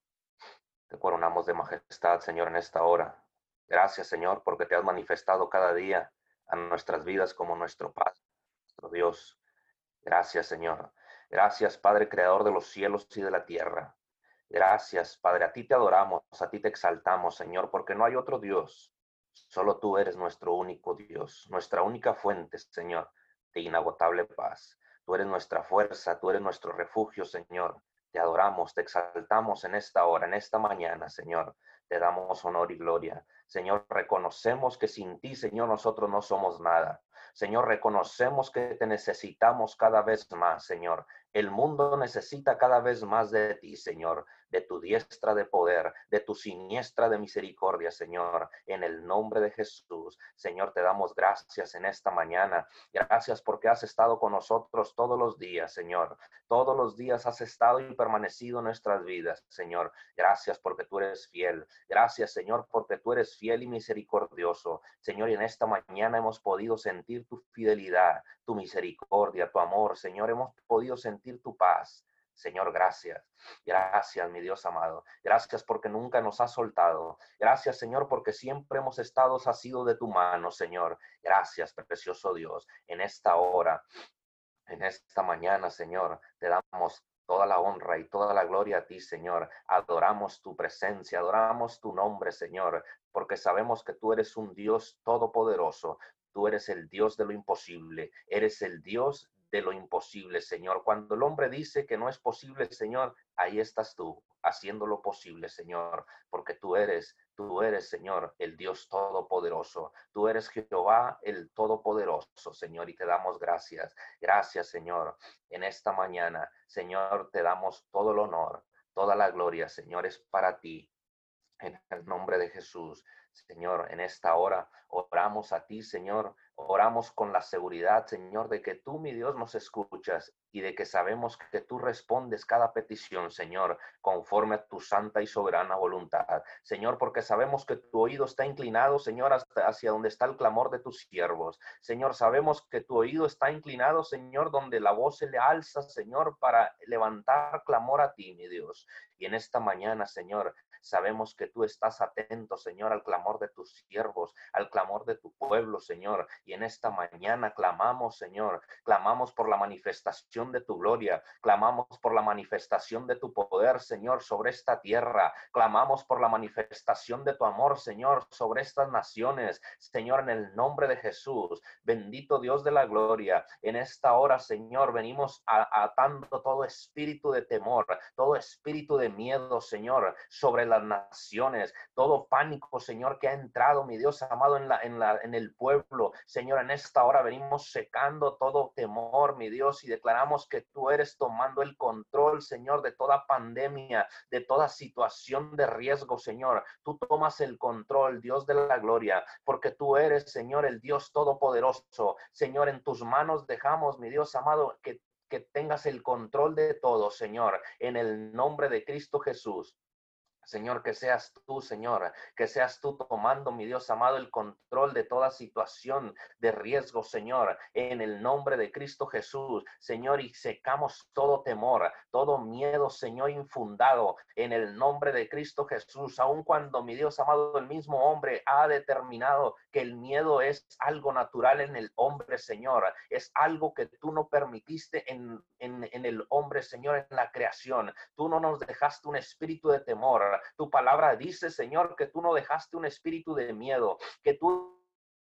[SPEAKER 3] Te coronamos de majestad, Señor, en esta hora. Gracias, Señor, porque te has manifestado cada día a nuestras vidas como nuestro Padre, nuestro Dios. Gracias, Señor. Gracias, Padre, creador de los cielos y de la tierra. Gracias, Padre. A ti te adoramos, a ti te exaltamos, Señor, porque no hay otro Dios. Solo tú eres nuestro único Dios, nuestra única fuente, Señor, de inagotable paz. Tú eres nuestra fuerza, tú eres nuestro refugio, Señor. Te adoramos, te exaltamos en esta hora, en esta mañana, Señor. Te damos honor y gloria. Señor, reconocemos que sin ti, Señor, nosotros no somos nada. Señor, reconocemos que te necesitamos cada vez más, Señor. El mundo necesita cada vez más de ti, Señor, de tu diestra de poder, de tu siniestra de misericordia, Señor, en el nombre de Jesús. Señor, te damos gracias en esta mañana. Gracias porque has estado con nosotros todos los días, Señor. Todos los días has estado y permanecido en nuestras vidas, Señor. Gracias porque tú eres fiel. Gracias, Señor, porque tú eres fiel y misericordioso. Señor, y en esta mañana hemos podido sentir tu fidelidad, tu misericordia, tu amor. Señor, hemos podido sentir tu paz. Señor, gracias. Gracias, mi Dios amado. Gracias porque nunca nos has soltado. Gracias, Señor, porque siempre hemos estado asidos de tu mano, Señor. Gracias, precioso Dios. En esta hora, en esta mañana, Señor, te damos toda la honra y toda la gloria a ti, Señor. Adoramos tu presencia, adoramos tu nombre, Señor, porque sabemos que tú eres un Dios todopoderoso. Tú eres el Dios de lo imposible. Eres el Dios de lo imposible, Señor. Cuando el hombre dice que no es posible, Señor, ahí estás tú, haciendo lo posible, Señor, porque tú eres, Señor, el Dios todopoderoso. Tú eres Jehová, el todopoderoso, Señor, y te damos gracias. Gracias, Señor, en esta mañana, Señor, te damos todo el honor, toda la gloria, Señor, es para ti. En el nombre de Jesús, Señor, en esta hora oramos a ti, Señor. Oramos con la seguridad, Señor, de que tú, mi Dios, nos escuchas y de que sabemos que tú respondes cada petición, Señor, conforme a tu santa y soberana voluntad. Señor, porque sabemos que tu oído está inclinado, Señor, hasta hacia donde está el clamor de tus siervos. Señor, sabemos que tu oído está inclinado, Señor, donde la voz se le alza, Señor, para levantar clamor a ti, mi Dios. Y en esta mañana, Señor, sabemos que tú estás atento, Señor, al clamor de tus siervos, al clamor de tu pueblo, Señor. Y en esta mañana clamamos, Señor, clamamos por la manifestación de tu gloria, clamamos por la manifestación de tu poder, Señor, sobre esta tierra, clamamos por la manifestación de tu amor, Señor, sobre estas naciones, Señor, en el nombre de Jesús. Bendito Dios de la gloria, en esta hora, Señor, venimos atando todo espíritu de temor, todo espíritu de miedo, Señor, sobre las naciones, todo pánico, Señor, que ha entrado, mi Dios amado, en el pueblo. Señor, en esta hora venimos secando todo temor, mi Dios, y declaramos que tú eres tomando el control, Señor, de toda pandemia, de toda situación de riesgo, Señor. Tú tomas el control, Dios de la gloria, porque tú eres, Señor, el Dios todopoderoso. Señor, en tus manos dejamos, mi Dios amado, que tengas el control de todo, Señor, en el nombre de Cristo Jesús. Señor, que seas tú, Señor, que seas tú tomando, mi Dios amado, el control de toda situación de riesgo, Señor, en el nombre de Cristo Jesús, Señor, y secamos todo temor, todo miedo, Señor, infundado, en el nombre de Cristo Jesús, aun cuando, mi Dios amado, el mismo hombre ha determinado que el miedo es algo natural en el hombre, Señor, es algo que tú no permitiste en el hombre, Señor, en la creación. Tú no nos dejaste un espíritu de temor. Tu palabra dice, Señor, que tú no dejaste un espíritu de miedo, que tú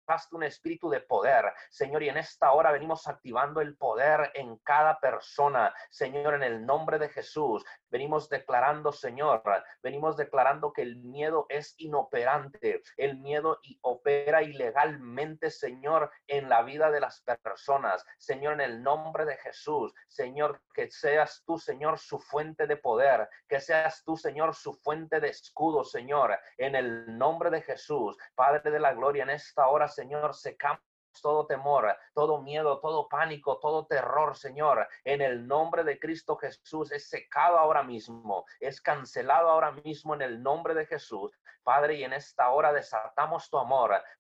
[SPEAKER 3] dejaste un espíritu de poder, Señor, y en esta hora venimos activando el poder en cada persona, Señor, en el nombre de Jesús. Venimos declarando, Señor, venimos declarando que el miedo es inoperante, el miedo opera ilegalmente, Señor, en la vida de las personas, Señor, en el nombre de Jesús, Señor, que seas tú, Señor, su fuente de poder, que seas tú, Señor, su fuente de escudo, Señor, en el nombre de Jesús, Padre de la gloria, en esta hora, Señor, secamos todo temor, todo miedo, todo pánico, todo terror, Señor, en el nombre de Cristo Jesús, es secado ahora mismo, es cancelado ahora mismo en el nombre de Jesús, Padre, y en esta hora desatamos tu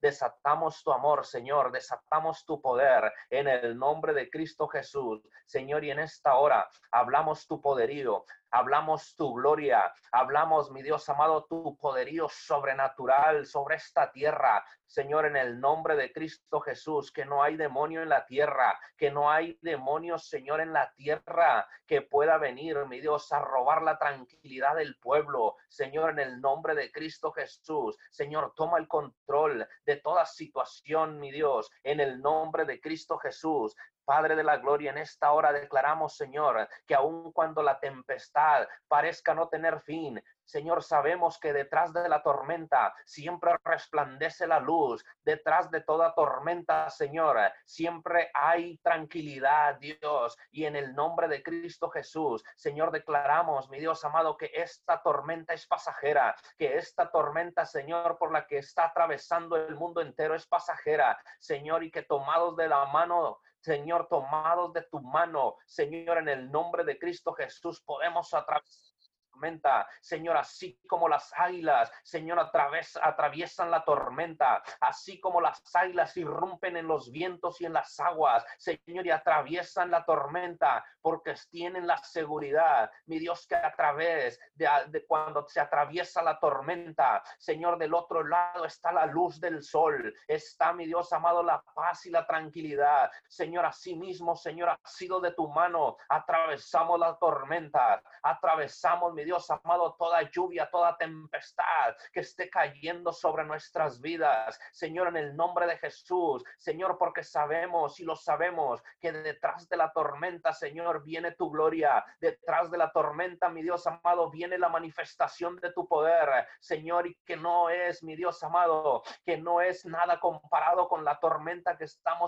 [SPEAKER 3] amor, Señor, desatamos tu poder en el nombre de Cristo Jesús, Señor, y en esta hora hablamos tu poderío, hablamos tu gloria, hablamos, mi Dios amado, tu poderío sobrenatural sobre esta tierra, Señor, en el nombre de Cristo Jesús, que no hay demonio en la tierra, que no hay demonio, Señor, en la tierra que pueda venir, mi Dios, a robar la tranquilidad del pueblo, Señor, en el nombre de Cristo Jesús, Señor, toma el control de toda situación, mi Dios, en el nombre de Cristo Jesús. Padre de la gloria, en esta hora declaramos, Señor, que aun cuando la tempestad parezca no tener fin, Señor, sabemos que detrás de la tormenta siempre resplandece la luz. Detrás de toda tormenta, Señor, siempre hay tranquilidad, Dios. Y en el nombre de Cristo Jesús, Señor, declaramos, mi Dios amado, que esta tormenta es pasajera, que esta tormenta, Señor, por la que está atravesando el mundo entero es pasajera, Señor, y que tomados de la mano, Señor, tomados de tu mano, Señor, en el nombre de Cristo Jesús, podemos atravesar tormenta, Señor, así como las águilas, Señor, atraviesan la tormenta, así como las águilas irrumpen en los vientos y en las aguas, Señor, y atraviesan la tormenta, porque tienen la seguridad, mi Dios, que a través de cuando se atraviesa la tormenta, Señor, del otro lado está la luz del sol, está, mi Dios amado, la paz y la tranquilidad, Señor, así mismo, Señor, ha sido de tu mano, atravesamos la tormenta, atravesamos, mi Dios amado, toda lluvia, toda tempestad que esté cayendo sobre nuestras vidas, Señor, en el nombre de Jesús, Señor, porque sabemos y lo sabemos que detrás de la tormenta, Señor, viene tu gloria, detrás de la tormenta, mi Dios amado, viene la manifestación de tu poder, Señor, y que no es, mi Dios amado, que no es nada comparado con la tormenta que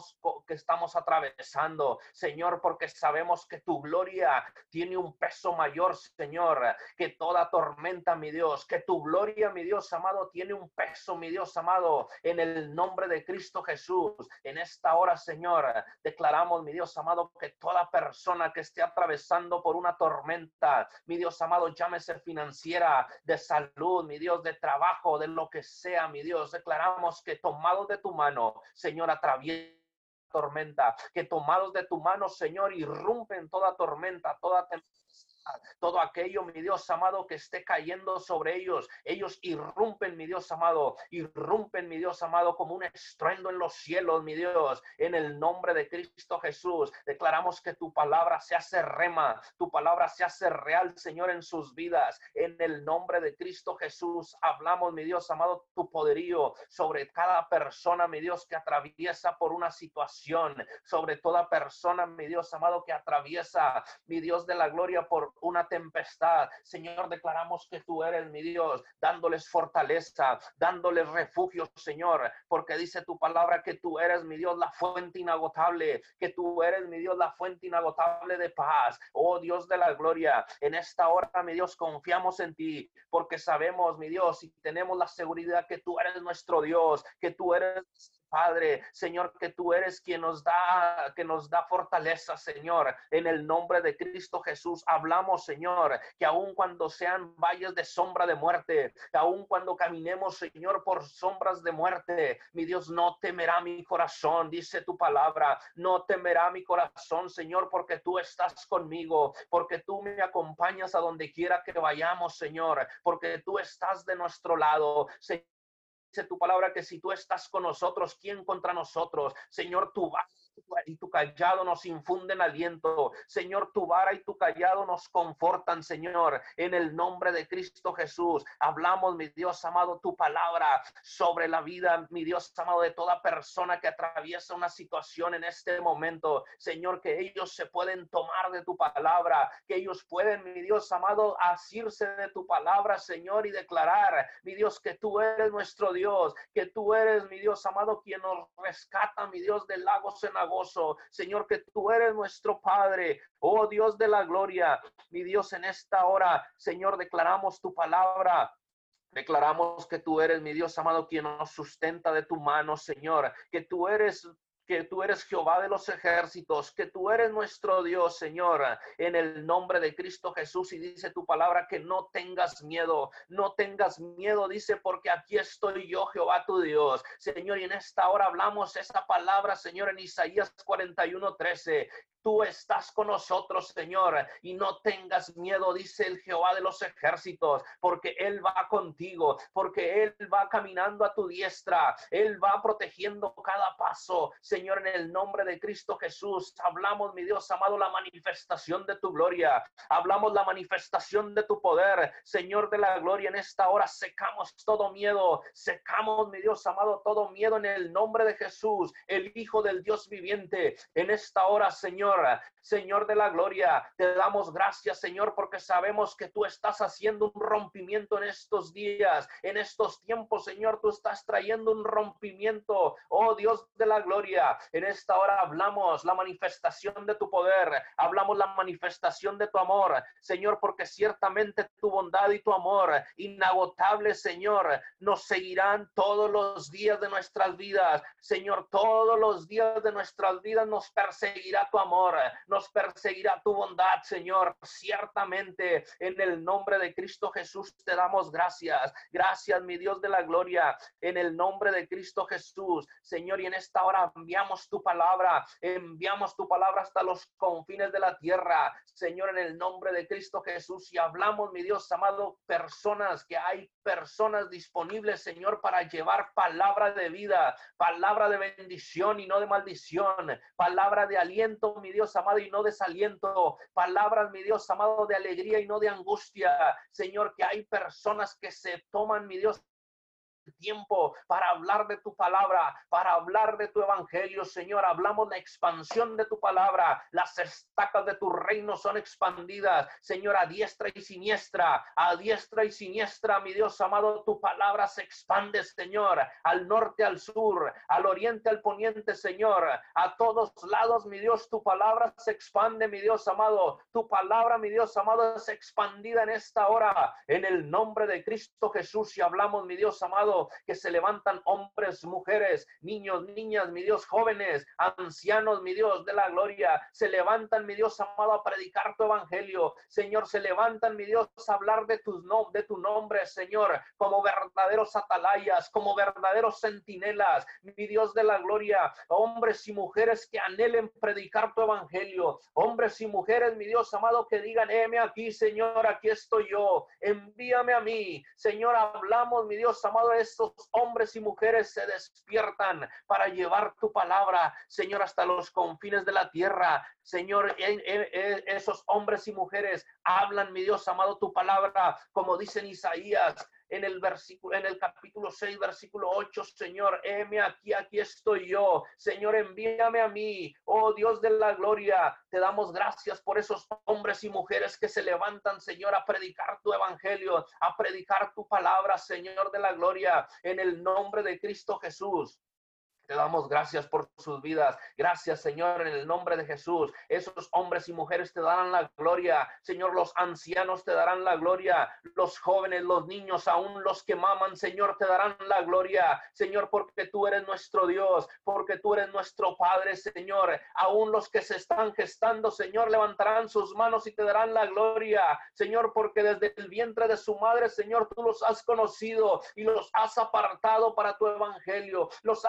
[SPEAKER 3] estamos atravesando, Señor, porque sabemos que tu gloria tiene un peso mayor, Señor, que toda tormenta, mi Dios, que tu gloria, mi Dios amado, tiene un peso, mi Dios amado, en el nombre de Cristo Jesús. En esta hora, Señor, declaramos, mi Dios amado, que toda persona que esté atravesando por una tormenta, mi Dios amado, llámese financiera, de salud, mi Dios, de trabajo, de lo que sea, mi Dios, declaramos que tomados de tu mano, Señor, atraviesa tormenta, que tomados de tu mano, Señor, irrumpen toda tormenta, toda tempestad, todo aquello, mi Dios amado, que esté cayendo sobre ellos irrumpen, mi Dios amado, como un estruendo en los cielos, mi Dios, en el nombre de Cristo Jesús, declaramos que tu palabra se hace rema, tu palabra se hace real, Señor, en sus vidas, en el nombre de Cristo Jesús, hablamos, mi Dios amado, tu poderío sobre cada persona, mi Dios, que atraviesa por una situación, sobre toda persona, mi Dios amado, que atraviesa, mi Dios de la gloria, por una tempestad, Señor, declaramos que tú eres, mi Dios, dándoles fortaleza, dándoles refugio, Señor, porque dice tu palabra que tú eres, mi Dios, la fuente inagotable, que tú eres, mi Dios, la fuente inagotable de paz, oh Dios de la gloria, en esta hora, mi Dios, confiamos en ti, porque sabemos, mi Dios, y tenemos la seguridad que tú eres nuestro Dios, que tú eres Padre, Señor, que tú eres quien nos da fortaleza, Señor, en el nombre de Cristo Jesús. Hablamos, Señor, que aun cuando sean valles de sombra de muerte, aun cuando caminemos, Señor, por sombras de muerte, mi Dios, no temerá mi corazón, dice tu palabra, no temerá mi corazón, Señor, porque tú estás conmigo, porque tú me acompañas a donde quiera que vayamos, Señor, porque tú estás de nuestro lado, Señor. Dice tu palabra que si tú estás con nosotros, ¿quién contra nosotros? Señor, tú vas y tu callado nos infunden aliento. Señor, tu vara y tu callado nos confortan, Señor, en el nombre de Cristo Jesús. Hablamos, mi Dios amado, tu palabra sobre la vida, mi Dios amado, de toda persona que atraviesa una situación en este momento. Señor, que ellos se pueden tomar de tu palabra, que ellos pueden, mi Dios amado, asirse de tu palabra, Señor, y declarar, mi Dios, que tú eres nuestro Dios, que tú eres, mi Dios amado, quien nos rescata, mi Dios, del lago cenagoso. Señor, que tú eres nuestro Padre, oh Dios de la gloria. Mi Dios, en esta hora, Señor, declaramos tu palabra. Declaramos que tú eres, mi Dios amado, quien nos sustenta de tu mano, Señor, que tú eres Jehová de los ejércitos, que tú eres nuestro Dios, Señor, en el nombre de Cristo Jesús. Y dice tu palabra que no tengas miedo, dice, porque aquí estoy yo, Jehová tu Dios, Señor. Y en esta hora hablamos esa palabra, Señor, en Isaías 41:13. Tú estás con nosotros, Señor, y no tengas miedo, dice el Jehová de los ejércitos, porque Él va contigo, porque Él va caminando a tu diestra, Él va protegiendo cada paso, Señor, en el nombre de Cristo Jesús. Hablamos, mi Dios amado, la manifestación de tu gloria, hablamos la manifestación de tu poder, Señor de la gloria. En esta hora secamos todo miedo, secamos, mi Dios amado, todo miedo en el nombre de Jesús, el Hijo del Dios viviente. En esta hora, Señor de la gloria, te damos gracias, Señor, porque sabemos que tú estás haciendo un rompimiento en estos días, en estos tiempos, Señor. Tú estás trayendo un rompimiento, oh Dios de la gloria. En esta hora hablamos la manifestación de tu poder, hablamos la manifestación de tu amor, Señor, porque ciertamente tu bondad y tu amor inagotable, Señor, nos seguirán todos los días de nuestras vidas, Señor. Todos los días de nuestras vidas nos perseguirá tu amor, nos perseguirá tu bondad, Señor. Ciertamente, en el nombre de Cristo Jesús te damos gracias. Gracias, mi Dios de la gloria, en el nombre de Cristo Jesús, Señor. Y en esta hora enviamos tu palabra hasta los confines de la tierra, Señor, en el nombre de Cristo Jesús. Y hablamos, mi Dios amado, que hay personas disponibles, Señor, para llevar palabra de vida, palabra de bendición y no de maldición, palabra de aliento, mi Dios amado, y no desaliento, palabras, mi Dios amado, de alegría y no de angustia, Señor. Que hay personas que se toman, mi Dios, tiempo para hablar de tu palabra, para hablar de tu evangelio, Señor. Hablamos la expansión de tu palabra, las estacas de tu reino son expandidas, Señor, a diestra y siniestra, mi Dios amado. Tu palabra se expande, Señor, al norte, al sur, al oriente, al poniente, Señor, a todos lados, mi Dios. Tu palabra se expande, mi Dios amado. Tu palabra, mi Dios amado, es expandida en esta hora, en el nombre de Cristo Jesús. Y hablamos, mi Dios amado, que se levantan hombres, mujeres, niños, niñas, mi Dios, jóvenes, ancianos, mi Dios de la gloria, se levantan, mi Dios amado, a predicar tu evangelio, Señor. Se levantan, mi Dios, a hablar de tu nombre, Señor, como verdaderos atalayas, como verdaderos centinelas, mi Dios de la gloria. Hombres y mujeres que anhelen predicar tu evangelio, hombres y mujeres, mi Dios amado, que digan: heme aquí, Señor, aquí estoy yo, envíame a mí, Señor. Hablamos, mi Dios amado, estos hombres y mujeres se despiertan para llevar tu palabra, Señor, hasta los confines de la tierra, Señor. Esos hombres y mujeres hablan, mi Dios amado, tu palabra, como dice en Isaías, en el capítulo 6, versículo 8, Señor, heme aquí, aquí estoy yo, Señor, envíame a mí, oh Dios de la gloria. Te damos gracias por esos hombres y mujeres que se levantan, Señor, a predicar tu evangelio, a predicar tu palabra, Señor de la gloria, en el nombre de Cristo Jesús. Te damos gracias por sus vidas. Gracias, Señor, en el nombre de Jesús. Esos hombres y mujeres te darán la gloria. Señor, los ancianos te darán la gloria. Los jóvenes, los niños, aún los que maman, Señor, te darán la gloria. Señor, porque tú eres nuestro Dios, porque tú eres nuestro Padre, Señor. Aún los que se están gestando, Señor, levantarán sus manos y te darán la gloria. Señor, porque desde el vientre de su madre, Señor, tú los has conocido y los has apartado para tu evangelio. Los has apartado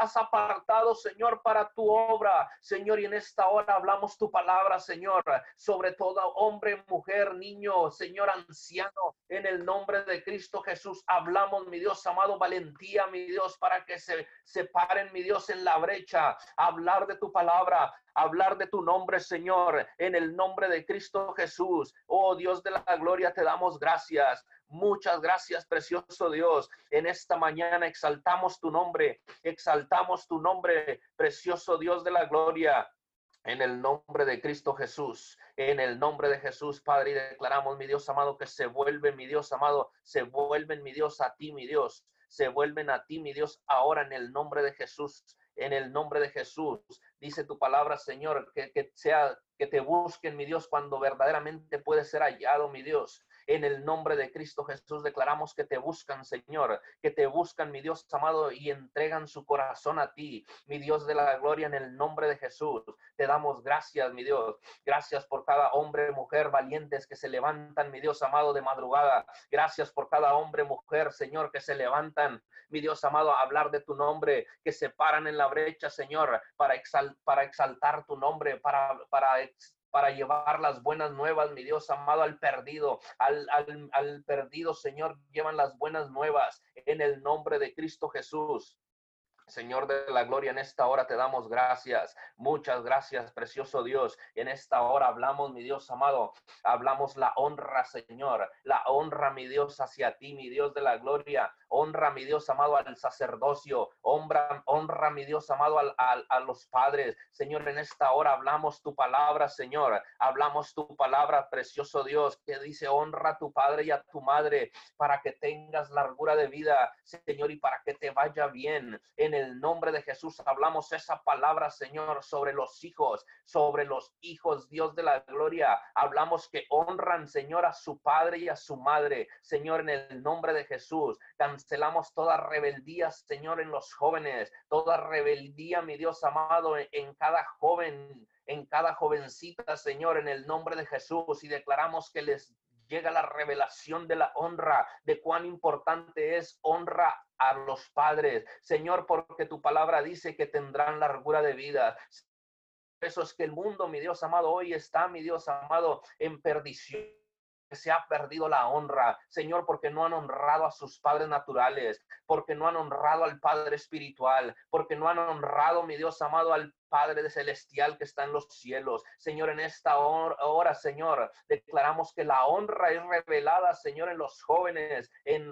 [SPEAKER 3] apartado, Señor, para tu obra, Señor, y en esta hora hablamos tu palabra, Señor, sobre todo hombre, mujer, niño, Señor, anciano, en el nombre de Cristo Jesús. Hablamos, mi Dios amado, valentía, mi Dios, para que se paren, mi Dios, en la brecha, hablar de tu palabra, hablar de tu nombre, Señor, en el nombre de Cristo Jesús. Oh Dios de la gloria, te damos gracias. Muchas gracias, precioso Dios. En esta mañana exaltamos tu nombre, precioso Dios de la gloria. En el nombre de Cristo Jesús, en el nombre de Jesús, Padre, y declaramos, mi Dios amado, que se vuelven, mi Dios amado, se vuelven, mi Dios, a ti, mi Dios, se vuelven a ti, mi Dios, ahora en el nombre de Jesús, en el nombre de Jesús. Dice tu palabra, Señor, que te busquen, mi Dios, cuando verdaderamente puede ser hallado, mi Dios. En el nombre de Cristo Jesús declaramos que te buscan, Señor, que te buscan, mi Dios amado, y entregan su corazón a ti, mi Dios de la gloria, en el nombre de Jesús. Te damos gracias, mi Dios. Gracias por cada hombre, mujer valientes que se levantan, mi Dios amado, de madrugada. Gracias por cada hombre, mujer, Señor, que se levantan, mi Dios amado, a hablar de tu nombre, que se paran en la brecha, Señor, para exaltar tu nombre, para llevar las buenas nuevas, mi Dios amado, al perdido, al perdido, Señor, llevan las buenas nuevas en el nombre de Cristo Jesús. Señor de la gloria, en esta hora te damos gracias. Muchas gracias, precioso Dios. En esta hora hablamos, mi Dios amado, hablamos la honra, Señor. La honra, mi Dios, hacia ti, mi Dios de la gloria. Honra, mi Dios amado, al sacerdocio. Honra, mi Dios amado, a los padres. Señor, en esta hora hablamos tu palabra, Señor. Hablamos tu palabra, precioso Dios, que dice: honra a tu padre y a tu madre, para que tengas largura de vida, Señor, y para que te vaya bien. En el nombre de Jesús hablamos esa palabra, Señor, sobre los hijos, Dios de la gloria. Hablamos que honran, Señor, a su padre y a su madre. Señor, en el nombre de Jesús, cancelamos toda rebeldía, Señor, en los jóvenes, toda rebeldía, mi Dios amado, en cada joven, en cada jovencita, Señor, en el nombre de Jesús, y declaramos que les llega la revelación de la honra, de cuán importante es honra a los padres, Señor, porque tu palabra dice que tendrán largura de vida. Eso es que el mundo, mi Dios amado, hoy está, mi Dios amado, en perdición. Se ha perdido la honra, Señor, porque no han honrado a sus padres naturales, porque no han honrado al Padre espiritual, porque no han honrado, mi Dios amado, al Padre celestial que está en los cielos. Señor, en esta hora, Señor, declaramos que la honra es revelada, Señor, en los jóvenes,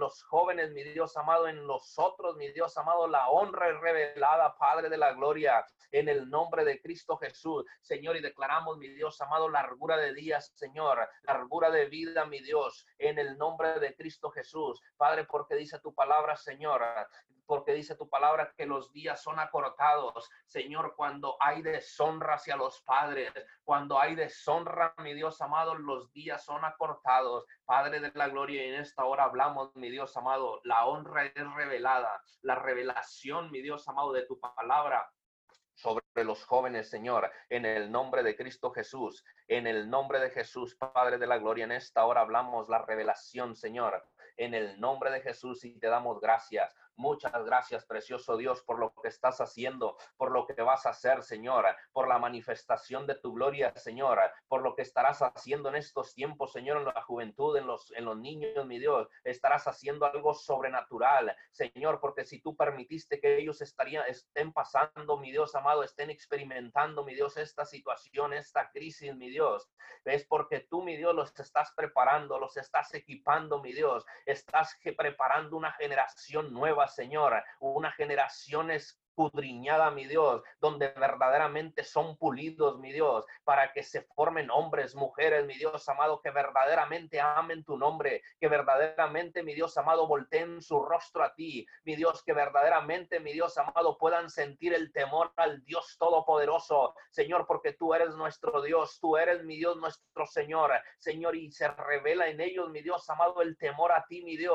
[SPEAKER 3] mi Dios amado, en nosotros, mi Dios amado, la honra es revelada, Padre de la gloria, en el nombre de Cristo Jesús, Señor, y declaramos, mi Dios amado, largura de días, Señor, largura de vida, mi Dios, en el nombre de Cristo Jesús, Padre, porque dice tu palabra, Señor, porque dice tu palabra que los días son acortados, Señor, cuando hay deshonra hacia los padres, cuando hay deshonra, mi Dios amado, los días son acortados, Padre de la gloria, y en esta hora hablamos, mi Dios amado, la honra es revelada, la revelación, mi Dios amado, de tu palabra sobre los jóvenes, Señor, en el nombre de Cristo Jesús, en el nombre de Jesús, Padre de la gloria, en esta hora hablamos la revelación, Señor, en el nombre de Jesús, y te damos gracias. Muchas gracias, precioso Dios, por lo que estás haciendo, por lo que vas a hacer, Señor, por la manifestación de tu gloria, Señor, por lo que estarás haciendo en estos tiempos, Señor, en la juventud, en los niños, mi Dios. Estarás haciendo algo sobrenatural, Señor, porque si tú permitiste que ellos estén pasando, mi Dios amado, estén experimentando, mi Dios, esta situación, esta crisis, mi Dios, es porque tú, mi Dios, los estás preparando, los estás equipando, mi Dios, estás preparando una generación nueva, Señor, una generación escudriñada, mi Dios, donde verdaderamente son pulidos, mi Dios, para que se formen hombres, mujeres, mi Dios amado, que verdaderamente amen tu nombre, que verdaderamente, mi Dios amado, volteen su rostro a ti, mi Dios, que verdaderamente, mi Dios amado, puedan sentir el temor al Dios Todopoderoso, Señor, porque tú eres nuestro Dios, tú eres, mi Dios, nuestro Señor, Señor, y se revela en ellos, mi Dios amado, el temor a ti, mi Dios,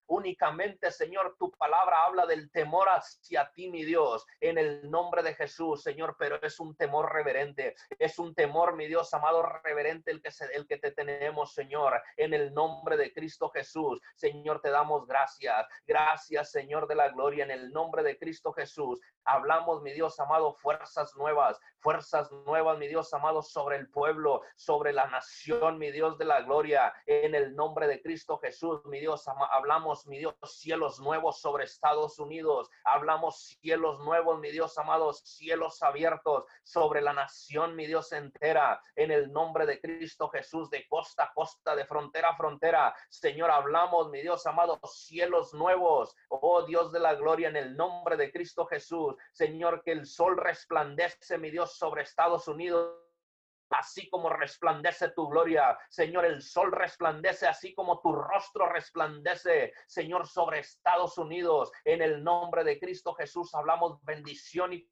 [SPEAKER 3] Únicamente, Señor, tu palabra habla del temor hacia ti, mi Dios, en el nombre de Jesús, Señor, pero es un temor reverente, es un temor, mi Dios amado, reverente el que te tenemos, Señor, en el nombre de Cristo Jesús. Señor, te damos gracias. Gracias, Señor de la gloria, en el nombre de Cristo Jesús. Hablamos, mi Dios amado, fuerzas nuevas, mi Dios amado, sobre el pueblo, sobre la nación, mi Dios de la gloria, en el nombre de Cristo Jesús, mi Dios, hablamos, mi Dios, cielos nuevos sobre Estados Unidos, hablamos cielos nuevos, mi Dios amado, cielos abiertos sobre la nación, mi Dios entera, en el nombre de Cristo Jesús, de costa a costa, de frontera a frontera, Señor, hablamos, mi Dios amado, cielos nuevos, oh Dios de la gloria, en el nombre de Cristo Jesús, Señor, que el sol resplandece, mi Dios, sobre Estados Unidos, así como resplandece tu gloria, Señor, el sol resplandece, así como tu rostro resplandece, Señor, sobre Estados Unidos, en el nombre de Cristo Jesús, hablamos bendición y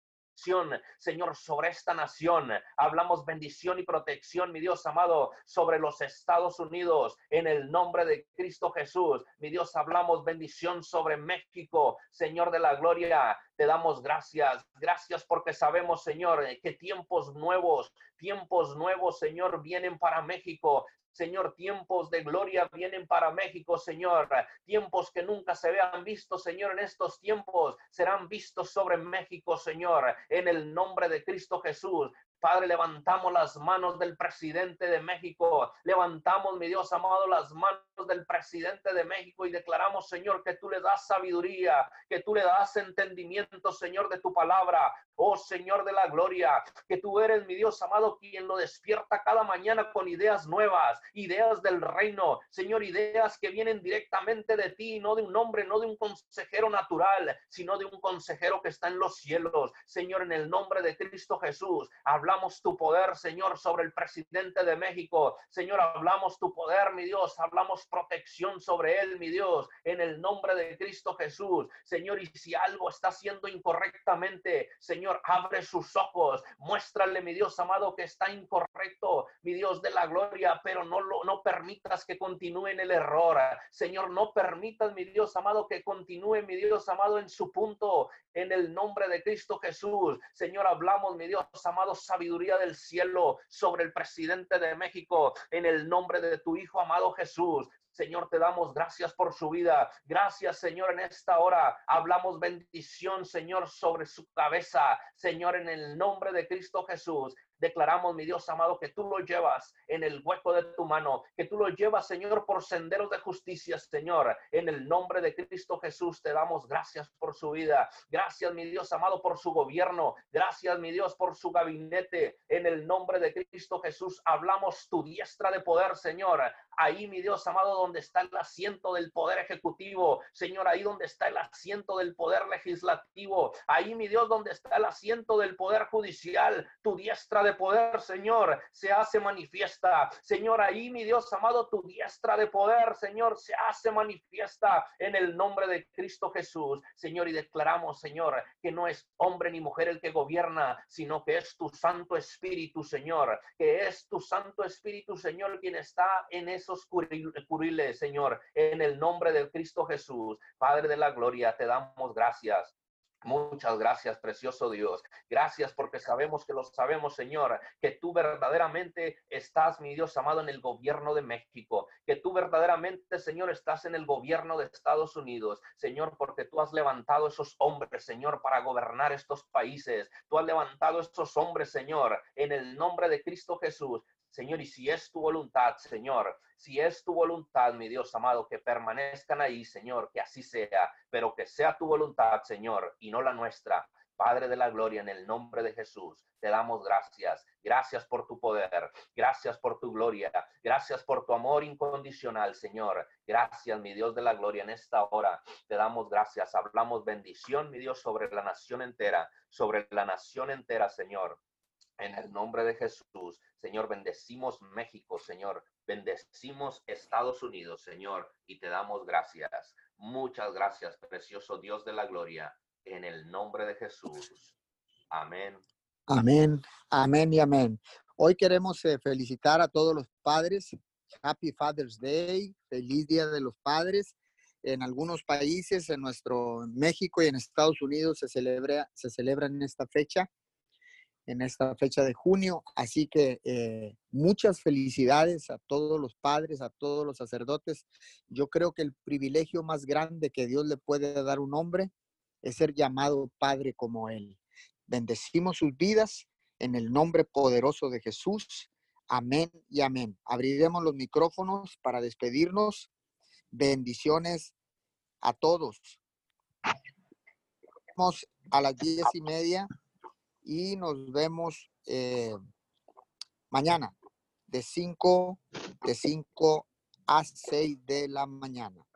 [SPEAKER 3] Señor, sobre esta nación. Hablamos bendición y protección, mi Dios amado, sobre los Estados Unidos, en el nombre de Cristo Jesús. Mi Dios, hablamos bendición sobre México, Señor de la gloria. Te damos gracias. Gracias porque sabemos, Señor, que tiempos nuevos, Señor, vienen para México. Señor, tiempos de gloria vienen para México, Señor. Tiempos que nunca se habían visto, Señor, en estos tiempos serán vistos sobre México, Señor, en el nombre de Cristo Jesús. Padre, levantamos las manos del presidente de México. Levantamos, mi Dios amado, las manos del presidente de México y declaramos, Señor, que tú le das sabiduría, que tú le das entendimiento, Señor, de tu palabra. Oh, Señor de la gloria, que tú eres, mi Dios amado, quien lo despierta cada mañana con ideas nuevas, ideas del reino. Señor, ideas que vienen directamente de ti, no de un hombre, no de un consejero natural, sino de un consejero que está en los cielos. Señor, en el nombre de Cristo Jesús, hablamos tu poder, Señor, sobre el presidente de México. Señor, hablamos tu poder, mi Dios. Hablamos protección sobre él, mi Dios, en el nombre de Cristo Jesús. Señor, y si algo está haciendo incorrectamente, Señor, abre sus ojos. Muéstrale, mi Dios amado, que está incorrecto, mi Dios de la gloria, pero no permitas que continúe en el error. Señor, no permitas, mi Dios amado, que continúe, mi Dios amado, en su punto, en el nombre de Cristo Jesús. Señor, hablamos, mi Dios amado, sabiduría del cielo sobre el presidente de México, en el nombre de tu Hijo amado Jesús. Señor, te damos gracias por su vida. Gracias, Señor, en esta hora. Hablamos bendición, Señor, sobre su cabeza. Señor, en el nombre de Cristo Jesús. Declaramos, mi Dios amado, que tú lo llevas en el hueco de tu mano, que tú lo llevas, Señor, por senderos de justicia, Señor. En el nombre de Cristo Jesús te damos gracias por su vida. Gracias, mi Dios amado, por su gobierno. Gracias, mi Dios, por su gabinete. En el nombre de Cristo Jesús hablamos tu diestra de poder, Señor. Ahí, mi Dios amado, donde está el asiento del poder ejecutivo, Señor, ahí donde está el asiento del poder legislativo, ahí, mi Dios, donde está el asiento del poder judicial, tu diestra de poder, Señor, se hace manifiesta. Señor, ahí, mi Dios amado, tu diestra de poder, Señor, se hace manifiesta en el nombre de Cristo Jesús, Señor, y declaramos, Señor, que no es hombre ni mujer el que gobierna, sino que es tu Santo Espíritu, Señor, que es tu Santo Espíritu, Señor, quien está en esos curiles, Señor, en el nombre de Cristo Jesús. Padre de la gloria, te damos gracias. Muchas gracias, precioso Dios. Gracias porque sabemos que lo sabemos, Señor, que tú verdaderamente estás, mi Dios amado, en el gobierno de México, que tú verdaderamente, Señor, estás en el gobierno de Estados Unidos, Señor, porque tú has levantado esos hombres, Señor, para gobernar estos países. Tú has levantado esos hombres, Señor, en el nombre de Cristo Jesús. Señor, y si es tu voluntad, Señor, si es tu voluntad, mi Dios amado, que permanezcan ahí, Señor, que así sea, pero que sea tu voluntad, Señor, y no la nuestra. Padre de la gloria, en el nombre de Jesús, te damos gracias. Gracias por tu poder. Gracias por tu gloria. Gracias por tu amor incondicional, Señor. Gracias, mi Dios de la gloria, en esta hora. Te damos gracias. Hablamos bendición, mi Dios, sobre la nación entera, Señor. En el nombre de Jesús, Señor, bendecimos México, Señor. Bendecimos Estados Unidos, Señor, y te damos gracias. Muchas gracias, precioso Dios de la gloria, en el nombre de Jesús. Amén.
[SPEAKER 1] Amén, amén y amén. Hoy queremos felicitar a todos los padres. Happy Father's Day. Feliz Día de los Padres. En algunos países, en nuestro México y en Estados Unidos se celebra en esta fecha de junio. Así que muchas felicidades a todos los padres, a todos los sacerdotes. Yo creo que el privilegio más grande que Dios le puede dar a un hombre es ser llamado padre como él. Bendecimos sus vidas en el nombre poderoso de Jesús. Amén y amén. Abriremos los micrófonos para despedirnos. Bendiciones a todos. Vamos a las 10:30 y nos vemos mañana de 5 a 6 de la mañana.